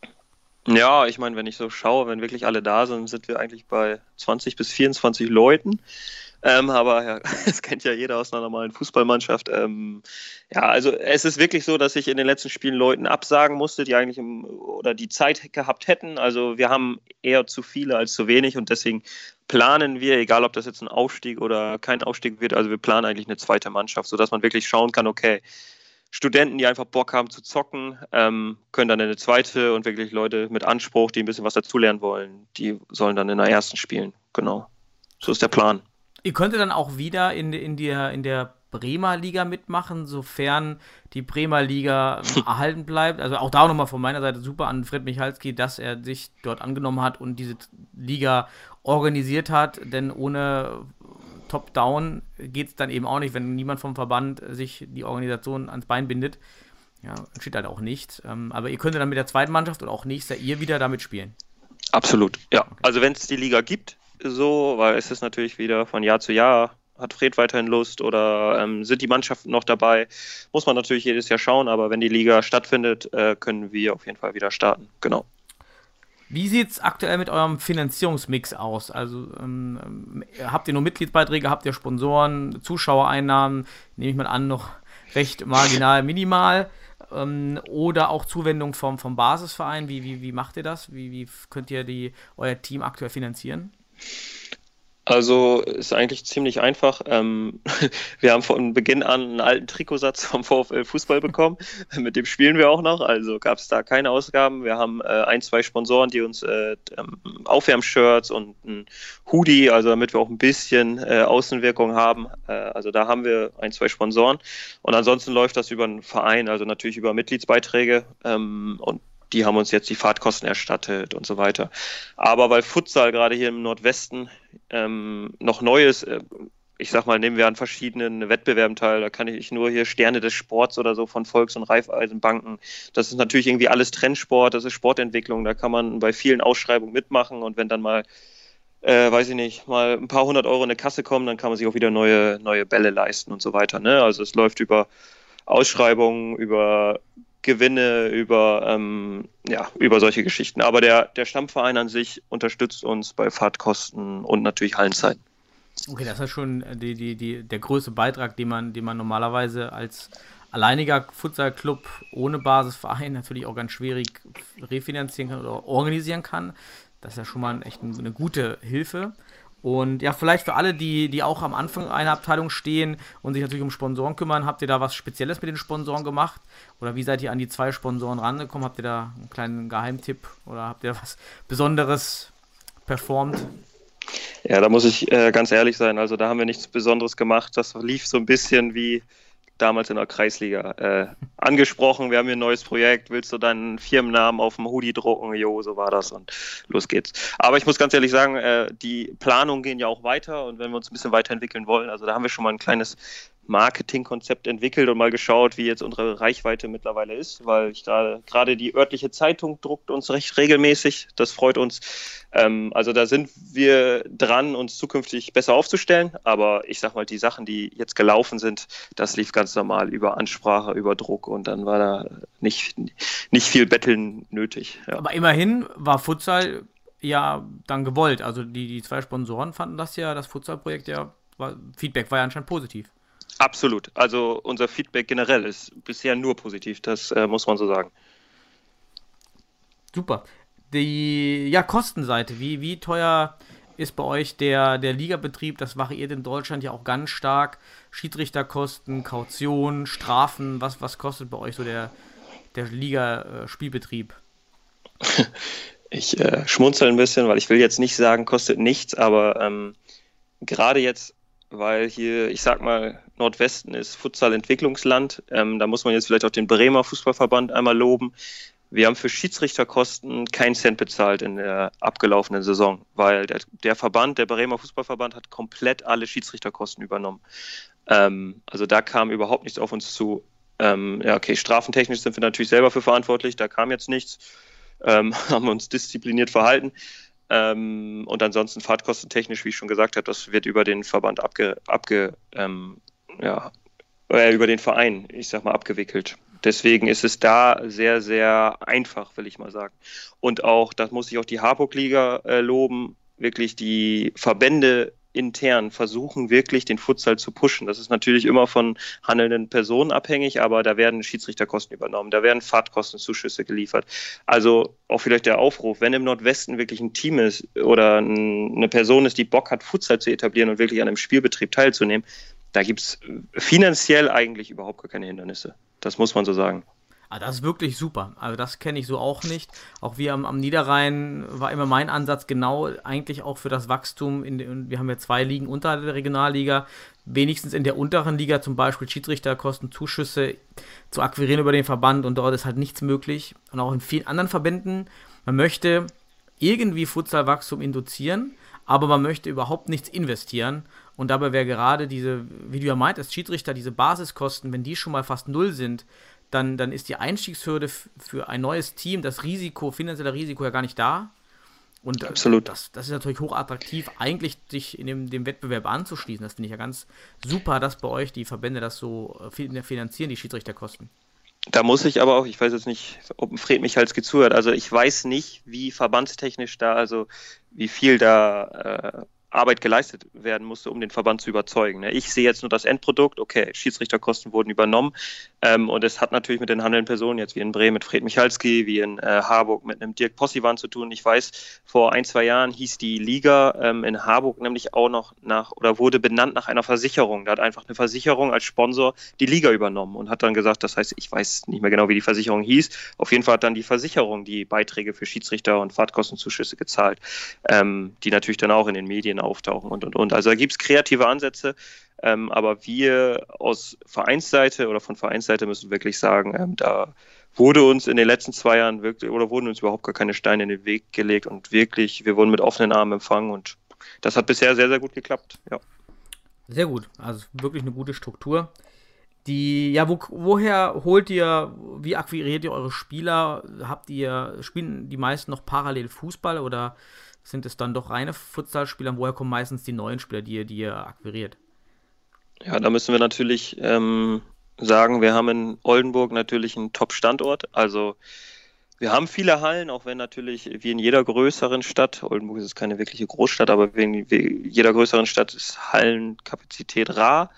F: Ja, ich meine, wenn ich so schaue, wenn wirklich alle da sind, sind wir eigentlich bei 20 bis 24 Leuten. Aber ja, das kennt ja jeder aus einer normalen Fußballmannschaft. Ja, also es ist wirklich so, dass ich in den letzten Spielen Leuten absagen musste, die eigentlich oder die Zeit gehabt hätten. Also wir haben eher zu viele als zu wenig und deswegen planen wir, egal ob das jetzt ein Aufstieg oder kein Aufstieg wird, also wir planen eigentlich eine zweite Mannschaft, sodass man wirklich schauen kann, okay, Studenten, die einfach Bock haben zu zocken, können dann eine zweite und wirklich Leute mit Anspruch, die ein bisschen was dazulernen wollen, die sollen dann in der ersten spielen. Genau, so ist der Plan.
E: Ihr könntet dann auch wieder in der Bremer Liga mitmachen, sofern die Bremer Liga erhalten bleibt. Also auch da nochmal von meiner Seite super an Fred Michalski, dass er sich dort angenommen hat und diese Liga organisiert hat, denn ohne Top-Down geht es dann eben auch nicht, wenn niemand vom Verband sich die Organisation ans Bein bindet. Ja, entsteht halt auch nichts. Aber ihr könntet dann mit der zweiten Mannschaft oder auch nächstes Jahr wieder damit spielen.
F: Absolut, ja.
E: Okay.
F: Also wenn es die Liga gibt, so, weil es ist natürlich wieder von Jahr zu Jahr, hat Fred weiterhin Lust oder sind die Mannschaften noch dabei, muss man natürlich jedes Jahr schauen, aber wenn die Liga stattfindet, können wir auf jeden Fall wieder starten, genau.
E: Wie sieht es aktuell mit eurem Finanzierungsmix aus? Also habt ihr nur Mitgliedsbeiträge, habt ihr Sponsoren, Zuschauereinnahmen, nehme ich mal an, noch recht marginal, minimal, oder auch Zuwendung vom Basisverein? Wie macht ihr das? Wie könnt ihr euer Team aktuell finanzieren?
F: Also ist eigentlich ziemlich einfach. Wir haben von Beginn an einen alten Trikotsatz vom VfL Fußball bekommen. Mit dem spielen wir auch noch. Also gab es da keine Ausgaben. Wir haben 1-2 Sponsoren, die uns Aufwärmshirts und ein Hoodie, also damit wir auch ein bisschen Außenwirkung haben. Also da haben wir 1-2 Sponsoren. Und ansonsten läuft das über einen Verein, also natürlich über Mitgliedsbeiträge. Und die haben uns jetzt die Fahrtkosten erstattet und so weiter. Aber weil Futsal gerade hier im Nordwesten noch neu ist, ich sag mal, nehmen wir an verschiedenen Wettbewerben teil, da kann ich nur hier Sterne des Sports oder so von Volks- und Raiffeisenbanken. Das ist natürlich irgendwie alles Trendsport, das ist Sportentwicklung, da kann man bei vielen Ausschreibungen mitmachen und wenn dann mal, weiß ich nicht, mal ein paar 100 Euro in eine Kasse kommen, dann kann man sich auch wieder neue Bälle leisten und so weiter. Ne? Also es läuft über Ausschreibungen, über Gewinne, über solche Geschichten. Aber der Stammverein an sich unterstützt uns bei Fahrtkosten und natürlich Hallenzeiten.
E: Okay, das ist schon der größte Beitrag, den man normalerweise als alleiniger Futsal-Club ohne Basisverein natürlich auch ganz schwierig refinanzieren kann oder organisieren kann. Das ist ja schon mal echt eine gute Hilfe. Und ja, vielleicht für alle, die auch am Anfang einer Abteilung stehen und sich natürlich um Sponsoren kümmern, habt ihr da was Spezielles mit den Sponsoren gemacht? Oder wie seid ihr an die 2 Sponsoren rangekommen? Habt ihr da einen kleinen Geheimtipp oder habt ihr was Besonderes performt?
F: Ja, da muss ich ganz ehrlich sein. Also da haben wir nichts Besonderes gemacht. Das lief so ein bisschen wie damals in der Kreisliga. Angesprochen, wir haben hier ein neues Projekt, willst du deinen Firmennamen auf dem Hoodie drucken? Jo, so war das und los geht's. Aber ich muss ganz ehrlich sagen, die Planungen gehen ja auch weiter und wenn wir uns ein bisschen weiterentwickeln wollen, also da haben wir schon mal ein kleines Marketingkonzept entwickelt und mal geschaut, wie jetzt unsere Reichweite mittlerweile ist, weil ich gerade die örtliche Zeitung druckt uns recht regelmäßig, das freut uns. Also da sind wir dran, uns zukünftig besser aufzustellen, aber ich sag mal, die Sachen, die jetzt gelaufen sind, das lief ganz normal über Ansprache, über Druck und dann war da nicht viel Betteln nötig. Ja.
E: Aber immerhin war Futsal ja dann gewollt, also die 2 Sponsoren fanden das Futsal-Projekt Feedback war ja anscheinend positiv.
F: Absolut. Also unser Feedback generell ist bisher nur positiv, das muss man so sagen.
E: Super. Die Kostenseite, wie teuer ist bei euch der Ligabetrieb? Das variiert in Deutschland ja auch ganz stark. Schiedsrichterkosten, Kaution, Strafen, was kostet bei euch so der Liga-Spielbetrieb?
F: Ich schmunzel ein bisschen, weil ich will jetzt nicht sagen, kostet nichts, aber gerade jetzt, weil hier, ich sag mal, Nordwesten ist Futsal-Entwicklungsland, da muss man jetzt vielleicht auch den Bremer Fußballverband einmal loben. Wir haben für Schiedsrichterkosten keinen Cent bezahlt in der abgelaufenen Saison, weil der Verband, der Bremer Fußballverband, hat komplett alle Schiedsrichterkosten übernommen. Also da kam überhaupt nichts auf uns zu. Strafentechnisch sind wir natürlich selber für verantwortlich, da kam jetzt nichts, haben wir uns diszipliniert verhalten. Und ansonsten fahrtkostentechnisch, wie ich schon gesagt habe, das wird über den Verband über den Verein, ich sag mal, abgewickelt. Deswegen ist es da sehr, sehr einfach, will ich mal sagen. Und auch, das muss ich auch die Harburg-Liga loben, wirklich die Verbände intern versuchen wirklich den Futsal zu pushen. Das ist natürlich immer von handelnden Personen abhängig, aber da werden Schiedsrichterkosten übernommen, da werden Fahrtkostenzuschüsse geliefert. Also auch vielleicht der Aufruf, wenn im Nordwesten wirklich ein Team ist oder eine Person ist, die Bock hat, Futsal zu etablieren und wirklich an einem Spielbetrieb teilzunehmen, da gibt es finanziell eigentlich überhaupt gar keine Hindernisse. Das muss man so sagen.
E: Ah, das ist wirklich super. Also das kenne ich so auch nicht. Auch wir am Niederrhein war immer mein Ansatz genau eigentlich auch für das Wachstum. Wir haben ja 2 Ligen unter der Regionalliga. Wenigstens in der unteren Liga zum Beispiel Schiedsrichterkostenzuschüsse zu akquirieren über den Verband und dort ist halt nichts möglich. Und auch in vielen anderen Verbänden. Man möchte irgendwie Futsalwachstum induzieren, aber man möchte überhaupt nichts investieren. Und dabei wäre gerade diese, wie du ja meintest, Schiedsrichter, diese Basiskosten, wenn die schon mal fast 0 sind, dann ist die Einstiegshürde für ein neues Team, das finanzielle Risiko ja gar nicht da. Und
F: absolut.
E: Das ist natürlich hochattraktiv, eigentlich sich in dem Wettbewerb anzuschließen. Das finde ich ja ganz super, dass bei euch die Verbände das so finanzieren, die Schiedsrichterkosten.
F: Da muss ich aber auch, ich weiß jetzt nicht, ob Fred Michalski zuhört, also ich weiß nicht, wie verbandstechnisch da, also wie viel da Arbeit geleistet werden musste, um den Verband zu überzeugen. Ich sehe jetzt nur das Endprodukt, okay, Schiedsrichterkosten wurden übernommen und es hat natürlich mit den handelnden Personen, jetzt wie in Bremen mit Fred Michalski, wie in Harburg mit einem Dirk Possivan zu tun. Ich weiß, vor 1-2 Jahren hieß die Liga in Harburg nämlich auch noch wurde benannt nach einer Versicherung. Da hat einfach eine Versicherung als Sponsor die Liga übernommen und hat dann gesagt, das heißt, ich weiß nicht mehr genau, wie die Versicherung hieß, auf jeden Fall hat dann die Versicherung die Beiträge für Schiedsrichter und Fahrtkostenzuschüsse gezahlt, die natürlich dann auch in den Medien auftauchen und. Also da gibt es kreative Ansätze, aber wir aus Vereinsseite oder von Vereinsseite müssen wirklich sagen, da wurde uns in den letzten 2 Jahren wurden uns überhaupt gar keine Steine in den Weg gelegt und wirklich, wir wurden mit offenen Armen empfangen und das hat bisher sehr, sehr gut geklappt. Ja.
E: Sehr gut, also wirklich eine gute Struktur. Wie akquiriert ihr eure Spieler? Spielen die meisten noch parallel Fußball oder sind es dann doch reine Futsalspieler? Woher kommen meistens die neuen Spieler, die ihr akquiriert?
F: Ja, da müssen wir natürlich sagen, wir haben in Oldenburg natürlich einen Top-Standort. Also wir haben viele Hallen, auch wenn natürlich wie in jeder größeren Stadt, Oldenburg ist keine wirkliche Großstadt, aber wie in jeder größeren Stadt ist Hallenkapazität rar.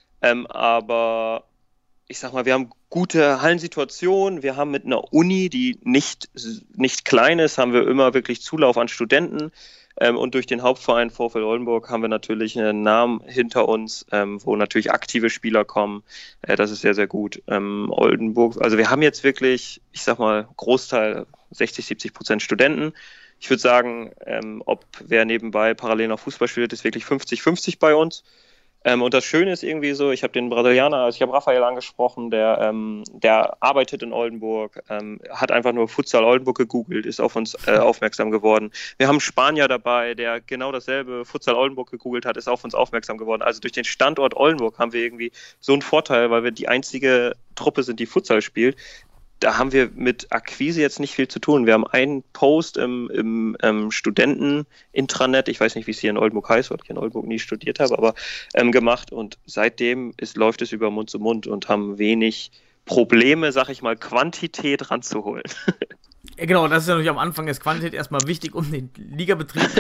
F: Aber ich sag mal, wir haben gute Hallensituationen, wir haben mit einer Uni, die nicht klein ist, haben wir immer wirklich Zulauf an Studenten und durch den Hauptverein VfL Oldenburg haben wir natürlich einen Namen hinter uns, wo natürlich aktive Spieler kommen, das ist sehr, sehr gut. Oldenburg, also wir haben jetzt wirklich, ich sag mal, Großteil 60-70% Studenten. Ich würde sagen, ob wer nebenbei parallel noch Fußball spielt, ist wirklich 50-50 bei uns. Und das Schöne ist irgendwie so, ich habe den Brasilianer, ich habe Raphael angesprochen, der arbeitet in Oldenburg, hat einfach nur Futsal Oldenburg gegoogelt, ist auf uns aufmerksam geworden. Wir haben einen Spanier dabei, der genau dasselbe Futsal Oldenburg gegoogelt hat, ist auf uns aufmerksam geworden. Also durch den Standort Oldenburg haben wir irgendwie so einen Vorteil, weil wir die einzige Truppe sind, die Futsal spielt. Da haben wir mit Akquise jetzt nicht viel zu tun. Wir haben einen Post im Studenten-Intranet, ich weiß nicht, wie es hier in Oldenburg heißt, weil ich in Oldenburg nie studiert habe, aber gemacht und seitdem läuft es über Mund zu Mund und haben wenig Probleme, sag ich mal, Quantität ranzuholen.
E: Ja, genau, das ist ja natürlich am Anfang ist Quantität erstmal wichtig, um den Ligabetrieb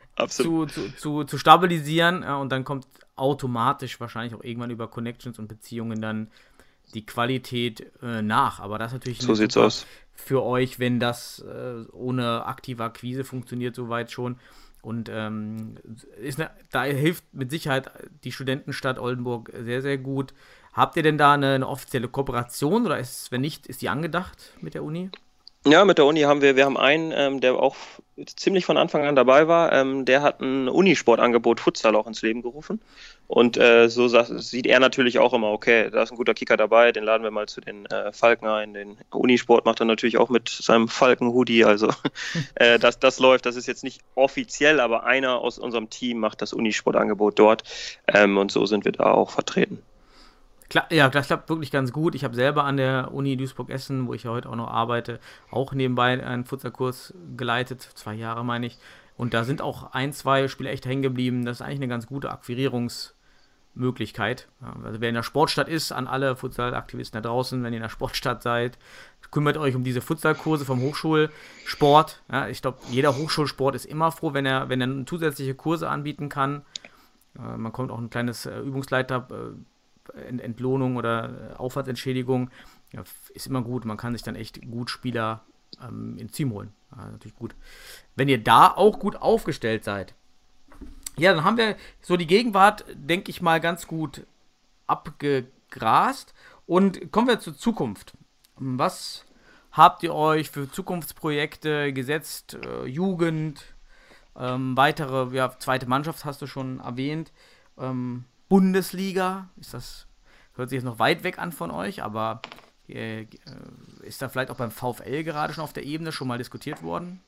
E: zu stabilisieren. Und dann kommt automatisch wahrscheinlich auch irgendwann über Connections und Beziehungen dann die Qualität nach. Aber das ist natürlich
F: so sieht's aus
E: für euch, wenn das ohne aktive Akquise funktioniert, soweit schon. Und da hilft mit Sicherheit die Studentenstadt Oldenburg sehr, sehr gut. Habt ihr denn da eine offizielle Kooperation oder wenn nicht, ist die angedacht mit der Uni?
F: Ja, mit der Uni haben wir haben einen, der auch ziemlich von Anfang an dabei war, der hat ein Unisportangebot Futsal auch ins Leben gerufen und so sieht er natürlich auch immer, okay, da ist ein guter Kicker dabei, den laden wir mal zu den Falken ein, den Unisport macht er natürlich auch mit seinem Falken-Hoodie, also das läuft, das ist jetzt nicht offiziell, aber einer aus unserem Team macht das Unisportangebot dort und so sind wir da auch vertreten.
E: Das klappt wirklich ganz gut. Ich habe selber an der Uni Duisburg-Essen, wo ich ja heute auch noch arbeite, auch nebenbei einen Futsalkurs geleitet, 2 Jahre meine ich. Und da sind auch 1-2 Spieler echt hängen geblieben. Das ist eigentlich eine ganz gute Akquirierungsmöglichkeit. Also wer in der Sportstadt ist, an alle Futsalaktivisten da draußen, wenn ihr in der Sportstadt seid, kümmert euch um diese Futsalkurse vom Hochschulsport. Ja, ich glaube, jeder Hochschulsport ist immer froh, wenn er zusätzliche Kurse anbieten kann. Man kommt auch ein kleines Übungsleiter Entlohnung oder Aufwandsentschädigung, ja, ist immer gut. Man kann sich dann echt gut Spieler ins Team holen. Ja, natürlich gut. Wenn ihr da auch gut aufgestellt seid. Ja, dann haben wir so die Gegenwart, denke ich mal, ganz gut abgegrast. Und kommen wir zur Zukunft. Was habt ihr euch für Zukunftsprojekte gesetzt? Jugend, weitere, ja, zweite Mannschaft hast du schon erwähnt. Bundesliga, hört sich jetzt noch weit weg an von euch, aber ist da vielleicht auch beim VfL gerade schon auf der Ebene schon mal diskutiert worden?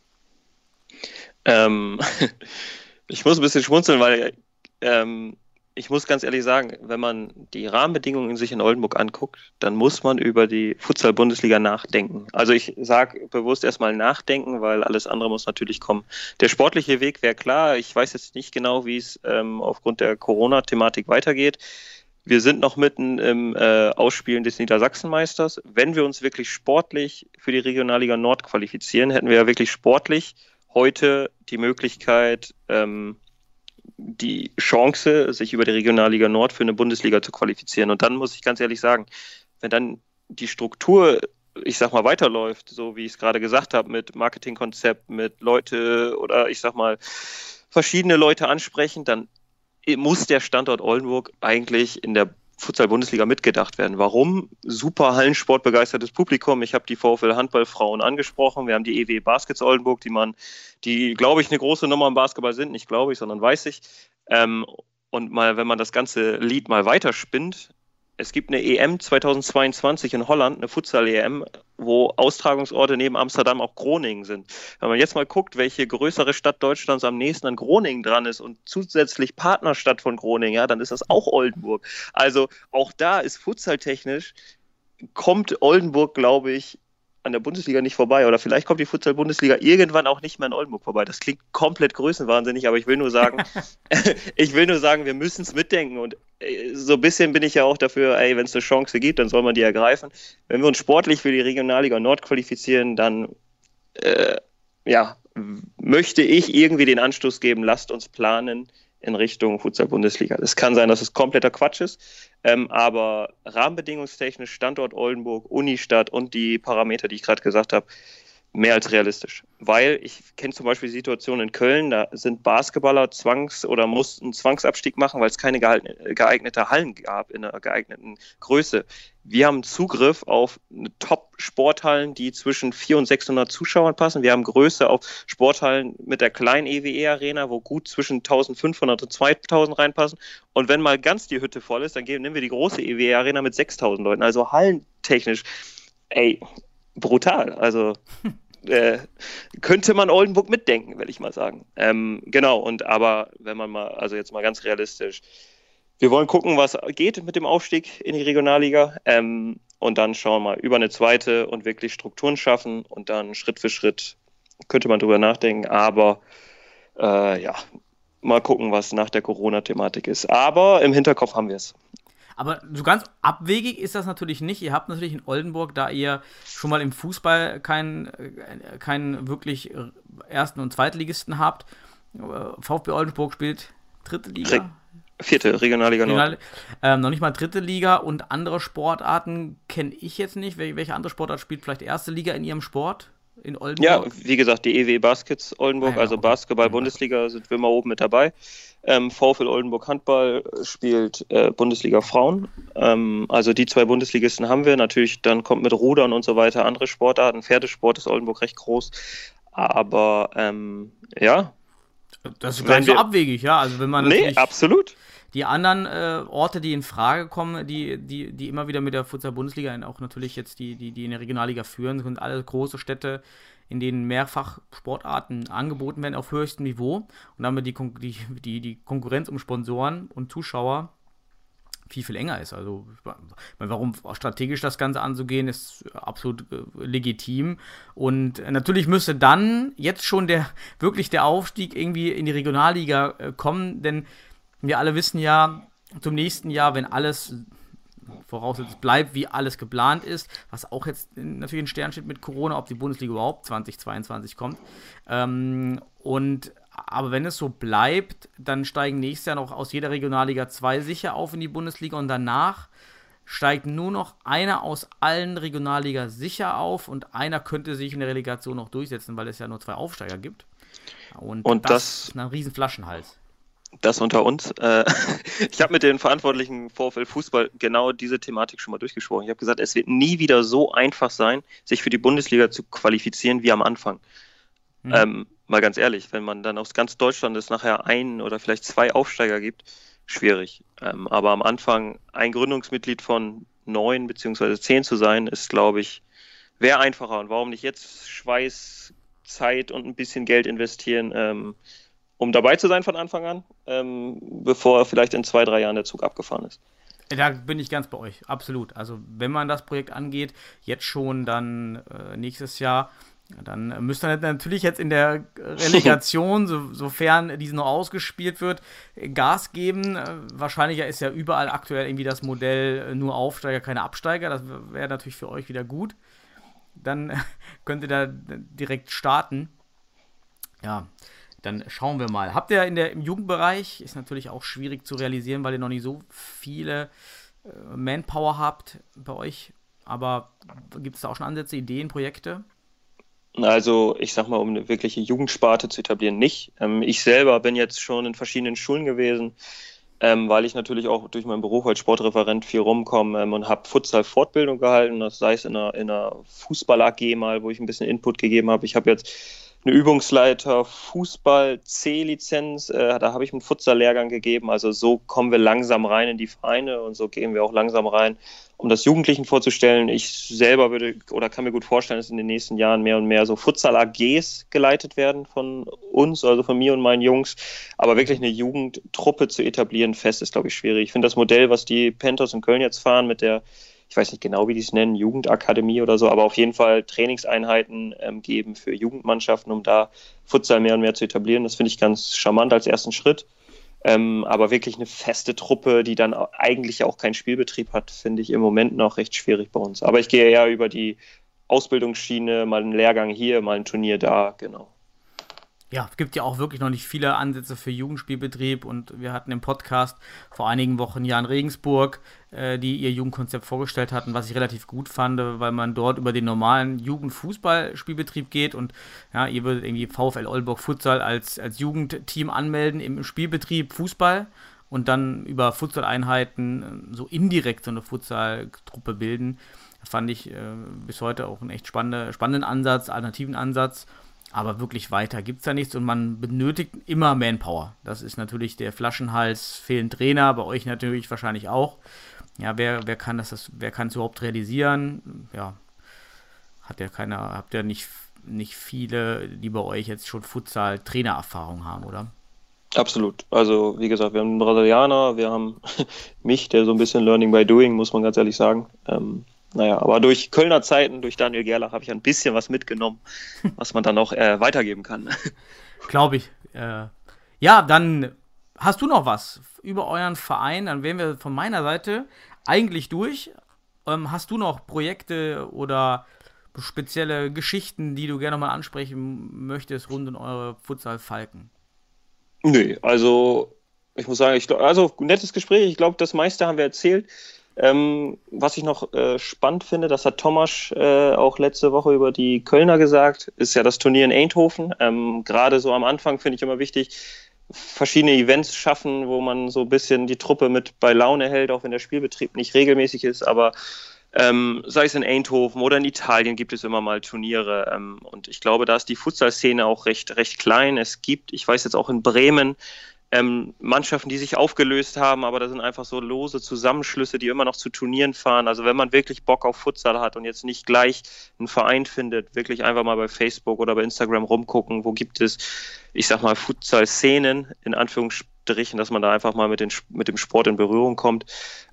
F: Ich muss ein bisschen schmunzeln, weil ich muss ganz ehrlich sagen, wenn man die Rahmenbedingungen sich in Oldenburg anguckt, dann muss man über die Futsal-Bundesliga nachdenken. Also ich sage bewusst erstmal nachdenken, weil alles andere muss natürlich kommen. Der sportliche Weg wäre klar. Ich weiß jetzt nicht genau, wie es aufgrund der Corona-Thematik weitergeht. Wir sind noch mitten im Ausspielen des Niedersachsenmeisters. Wenn wir uns wirklich sportlich für die Regionalliga Nord qualifizieren, hätten wir ja wirklich sportlich heute die Möglichkeit, die Chance, sich über die Regionalliga Nord für eine Bundesliga zu qualifizieren. Und dann muss ich ganz ehrlich sagen, wenn dann die Struktur, ich sag mal, weiterläuft, so wie ich es gerade gesagt habe, mit Marketingkonzept, mit Leute oder ich sag mal verschiedene Leute ansprechen, dann muss der Standort Oldenburg eigentlich in der Futsal-Bundesliga mitgedacht werden. Warum? Super Hallensport-begeistertes Publikum. Ich habe die VfL Handballfrauen angesprochen. Wir haben die EW Baskets Oldenburg, die glaube ich, eine große Nummer im Basketball sind. Nicht glaube ich, sondern weiß ich. Und mal, wenn man das ganze Lied mal weiterspinnt, es gibt eine EM 2022 in Holland, eine Futsal-EM, wo Austragungsorte neben Amsterdam auch Groningen sind. Wenn man jetzt mal guckt, welche größere Stadt Deutschlands am nächsten an Groningen dran ist und zusätzlich Partnerstadt von Groningen, ja, dann ist das auch Oldenburg. Also auch da ist futsaltechnisch, kommt Oldenburg, glaube ich, an der Bundesliga nicht vorbei. Oder vielleicht kommt die Futsal-Bundesliga irgendwann auch nicht mehr in Oldenburg vorbei. Das klingt komplett größenwahnsinnig, aber ich will nur sagen, wir müssen es mitdenken. Und so ein bisschen bin ich ja auch dafür, wenn es eine Chance gibt, dann soll man die ergreifen. Wenn wir uns sportlich für die Regionalliga Nord qualifizieren, dann möchte ich irgendwie den Anstoß geben, lasst uns planen in Richtung Futsal-Bundesliga. Es kann sein, dass es kompletter Quatsch ist, aber rahmenbedingungstechnisch Standort Oldenburg, Unistadt und die Parameter, die ich gerade gesagt habe, mehr als realistisch. Weil ich kenne zum Beispiel die Situation in Köln, da sind Basketballer mussten Zwangsabstieg machen, weil es keine geeignete Hallen gab in einer geeigneten Größe. Wir haben Zugriff auf Top-Sporthallen, die zwischen 400 und 600 Zuschauern passen. Wir haben Größe auf Sporthallen mit der kleinen EWE-Arena, wo gut zwischen 1500 und 2000 reinpassen. Und wenn mal ganz die Hütte voll ist, dann nehmen wir die große EWE-Arena mit 6000 Leuten. Also hallentechnisch, brutal. Also könnte man Oldenburg mitdenken, will ich mal sagen. Genau, aber wenn man mal, also jetzt mal ganz realistisch, wir wollen gucken, was geht mit dem Aufstieg in die Regionalliga und dann schauen wir mal über eine zweite und wirklich Strukturen schaffen und dann Schritt für Schritt könnte man drüber nachdenken, aber mal gucken, was nach der Corona-Thematik ist. Aber im Hinterkopf haben wir es.
E: Aber so ganz abwegig ist das natürlich nicht. Ihr habt natürlich in Oldenburg, da ihr schon mal im Fußball keinen wirklich Ersten- und Zweitligisten habt, VfB Oldenburg spielt dritte Liga.
F: Vierte, Regionalliga Nord.
E: Noch nicht mal dritte Liga und andere Sportarten kenne ich jetzt nicht. Welche andere Sportart spielt vielleicht erste Liga in ihrem Sport in Oldenburg?
F: Ja, wie gesagt, die EW Baskets Oldenburg, also okay. Basketball-Bundesliga sind wir mal oben mit dabei. VfL Oldenburg Handball spielt Bundesliga Frauen. Also die 2 Bundesligisten haben wir. Natürlich, dann kommt mit Rudern und so weiter andere Sportarten. Pferdesport ist Oldenburg recht groß. Aber ja.
E: Das ist gar nicht so abwegig, ja. Also wenn man
F: nee, absolut.
E: Die anderen Orte, die in Frage kommen, die immer wieder mit der Futsal-Bundesliga auch natürlich jetzt die in der Regionalliga führen, sind alle große Städte, in denen mehrfach Sportarten angeboten werden auf höchstem Niveau und damit die Konkurrenz um Sponsoren und Zuschauer viel enger ist. Also warum strategisch das Ganze anzugehen, ist absolut legitim. Und natürlich müsste dann jetzt schon der Aufstieg irgendwie in die Regionalliga kommen, denn wir alle wissen ja, zum nächsten Jahr, wenn alles vorausgesetzt bleibt, wie alles geplant ist, was auch jetzt natürlich in Stern steht mit Corona, ob die Bundesliga überhaupt 2022 kommt. Aber wenn es so bleibt, dann steigen nächstes Jahr noch aus jeder Regionalliga 2 sicher auf in die Bundesliga und danach steigt nur noch einer aus allen Regionalliga sicher auf und einer könnte sich in der Relegation noch durchsetzen, weil es ja nur 2 Aufsteiger gibt. Und das ist ein riesen Flaschenhals.
F: Das unter uns. Ich habe mit den Verantwortlichen VfL Fußball genau diese Thematik schon mal durchgesprochen. Ich habe gesagt, es wird nie wieder so einfach sein, sich für die Bundesliga zu qualifizieren wie am Anfang. Mal ganz ehrlich, wenn man dann aus ganz Deutschland es nachher 1 oder vielleicht 2 Aufsteiger gibt, schwierig. Aber am Anfang ein Gründungsmitglied von 9 bzw. 10 zu sein, ist, glaube ich, wäre einfacher. Und warum nicht jetzt Schweiß, Zeit und ein bisschen Geld investieren, um dabei zu sein von Anfang an, bevor vielleicht in 2-3 Jahren der Zug abgefahren ist.
E: Da bin ich ganz bei euch, absolut. Also wenn man das Projekt angeht, jetzt schon dann nächstes Jahr, dann müsst ihr natürlich jetzt in der Relegation, sofern diese noch ausgespielt wird, Gas geben. Wahrscheinlich ist ja überall aktuell irgendwie das Modell nur Aufsteiger, keine Absteiger. Das wäre natürlich für euch wieder gut. Dann könnt ihr da direkt starten. Ja, dann schauen wir mal. Habt ihr im Jugendbereich, ist natürlich auch schwierig zu realisieren, weil ihr noch nicht so viele Manpower habt bei euch, aber gibt es da auch schon Ansätze, Ideen, Projekte?
F: Also ich sag mal, um eine wirkliche Jugendsparte zu etablieren, nicht. Ich selber bin jetzt schon in verschiedenen Schulen gewesen, weil ich natürlich auch durch meinen Beruf als Sportreferent viel rumkomme und habe Futsal-Fortbildung gehalten, das sei es in einer Fußball-AG mal, wo ich ein bisschen Input gegeben habe. Ich habe jetzt eine Übungsleiter Fußball-C-Lizenz, da habe ich einen Futsal-Lehrgang gegeben, also so kommen wir langsam rein in die Vereine und so gehen wir auch langsam rein, um das Jugendlichen vorzustellen. Ich selber kann mir gut vorstellen, dass in den nächsten Jahren mehr und mehr so Futsal-AGs geleitet werden von uns, also von mir und meinen Jungs, aber wirklich eine Jugendtruppe zu etablieren fest ist, glaube ich, schwierig. Ich finde das Modell, was die Panthers in Köln jetzt fahren mit der, ich weiß nicht genau, wie die es nennen, Jugendakademie oder so, aber auf jeden Fall Trainingseinheiten geben für Jugendmannschaften, um da Futsal mehr und mehr zu etablieren. Das finde ich ganz charmant als ersten Schritt. Aber wirklich eine feste Truppe, die dann eigentlich auch keinen Spielbetrieb hat, finde ich im Moment noch recht schwierig bei uns. Aber ich gehe eher über die Ausbildungsschiene, mal einen Lehrgang hier, mal ein Turnier da, genau.
E: Ja, es gibt ja auch wirklich noch nicht viele Ansätze für Jugendspielbetrieb und wir hatten im Podcast vor einigen Wochen Jan Regensburg, die ihr Jugendkonzept vorgestellt hatten, was ich relativ gut fand, weil man dort über den normalen Jugendfußballspielbetrieb geht und ja, ihr würdet irgendwie VfL Oldenburg Futsal als Jugendteam anmelden im Spielbetrieb Fußball und dann über Futsal-Einheiten so indirekt so eine Futsal-Truppe bilden. Das fand ich bis heute auch einen echt spannenden Ansatz, alternativen Ansatz. Aber wirklich weiter gibt es da nichts und man benötigt immer Manpower. Das ist natürlich der Flaschenhals, fehlen Trainer, bei euch natürlich wahrscheinlich auch. Ja, wer kann es überhaupt realisieren? Ja, habt ihr nicht viele, die bei euch jetzt schon Futsal-Trainererfahrung haben, oder?
F: Absolut. Also wie gesagt, wir haben einen Brasilianer, wir haben mich, der so ein bisschen Learning by Doing, muss man ganz ehrlich sagen. Aber durch Kölner Zeiten, durch Daniel Gerlach habe ich ein bisschen was mitgenommen, was man dann auch weitergeben kann.
E: Glaube ich. Ja, dann hast du noch was über euren Verein, dann wären wir von meiner Seite eigentlich durch. Hast du noch Projekte oder spezielle Geschichten, die du gerne mal ansprechen möchtest rund um eure Futsal Falken?
F: Nee, also ich muss sagen, nettes Gespräch. Ich glaube, das meiste haben wir erzählt. Was ich noch spannend finde, das hat Tomasz auch letzte Woche über die Kölner gesagt, ist ja das Turnier in Eindhoven. Gerade so am Anfang finde ich immer wichtig, verschiedene Events schaffen, wo man so ein bisschen die Truppe mit bei Laune hält, auch wenn der Spielbetrieb nicht regelmäßig ist, aber sei es in Eindhoven oder in Italien gibt es immer mal Turniere und ich glaube, da ist die Futsal-Szene auch recht klein. Es gibt, ich weiß jetzt auch in Bremen, Mannschaften, die sich aufgelöst haben, aber da sind einfach so lose Zusammenschlüsse, die immer noch zu Turnieren fahren. Also wenn man wirklich Bock auf Futsal hat und jetzt nicht gleich einen Verein findet, wirklich einfach mal bei Facebook oder bei Instagram rumgucken, wo gibt es, ich sag mal, Futsal-Szenen, in Anführungsstrichen, dass man da einfach mal mit dem Sport in Berührung kommt.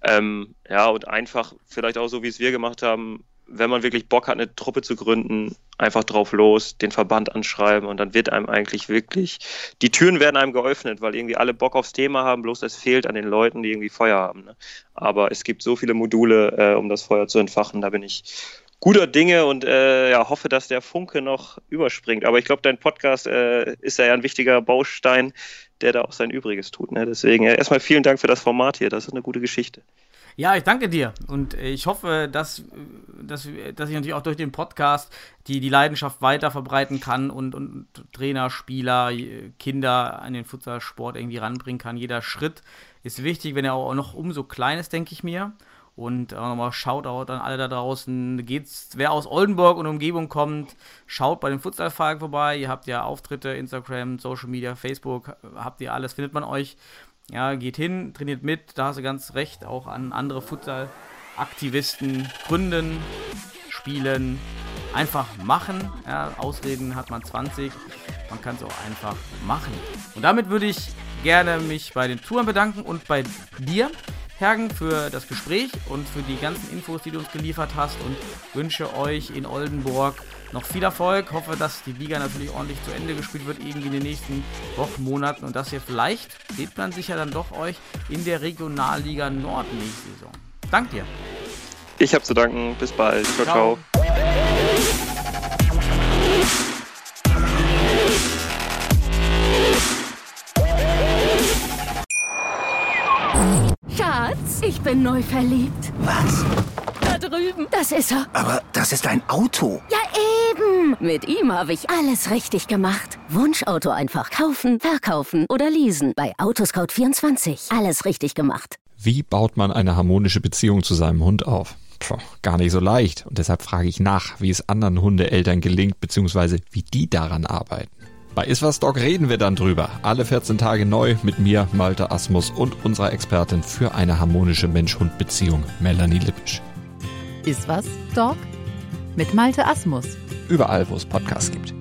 F: Und einfach vielleicht auch so, wie es wir gemacht haben, wenn man wirklich Bock hat, eine Truppe zu gründen, einfach drauf los, den Verband anschreiben und dann wird einem eigentlich wirklich, die Türen werden einem geöffnet, weil irgendwie alle Bock aufs Thema haben, bloß es fehlt an den Leuten, die irgendwie Feuer haben. Ne? Aber es gibt so viele Module, um das Feuer zu entfachen, da bin ich guter Dinge und hoffe, dass der Funke noch überspringt. Aber ich glaube, dein Podcast ist ja ein wichtiger Baustein, der da auch sein Übriges tut. Ne? Deswegen erstmal vielen Dank für das Format hier, das ist eine gute Geschichte.
E: Ja, ich danke dir und ich hoffe, dass ich natürlich auch durch den Podcast die Leidenschaft weiter verbreiten kann und Trainer, Spieler, Kinder an den Futsalsport irgendwie ranbringen kann. Jeder Schritt ist wichtig, wenn er auch noch umso klein ist, denke ich mir. Und auch nochmal Shoutout an alle da draußen. Wer aus Oldenburg und Umgebung kommt, schaut bei den Futsal-Falken vorbei. Ihr habt ja Auftritte, Instagram, Social Media, Facebook, habt ihr alles, findet man euch. Ja, geht hin, trainiert mit, da hast du ganz recht, auch an andere Futsal-Aktivisten gründen, spielen, einfach machen. Ja, Ausreden hat man 20, man kann es auch einfach machen. Und damit würde ich gerne mich bei den Touren bedanken und bei dir, Hergen, für das Gespräch und für die ganzen Infos, die du uns geliefert hast und wünsche euch in Oldenburg noch viel Erfolg. Hoffe, dass die Liga natürlich ordentlich zu Ende gespielt wird, irgendwie in den nächsten Wochen, Monaten und dass ihr vielleicht, seht man sich ja dann doch euch in der Regionalliga Nord nächste Saison. Danke dir.
F: Ich habe zu danken. Bis bald. Ciao, ciao.
D: Schatz, ich bin neu verliebt.
G: Was?
D: Da drüben. Das ist er.
G: Aber das ist ein Auto.
D: Ja, eben. Mit ihm habe ich alles richtig gemacht. Wunschauto einfach kaufen, verkaufen oder leasen. Bei Autoscout24. Alles richtig gemacht.
H: Wie baut man eine harmonische Beziehung zu seinem Hund auf? Gar nicht so leicht. Und deshalb frage ich nach, wie es anderen Hundeeltern gelingt, beziehungsweise wie die daran arbeiten. Bei Iswas Dog reden wir dann drüber. Alle 14 Tage neu mit mir, Malte Asmus und unserer Expertin für eine harmonische Mensch-Hund-Beziehung, Melanie Lippisch.
I: Iswas Dog mit Malte Asmus.
H: Überall, wo es Podcasts gibt.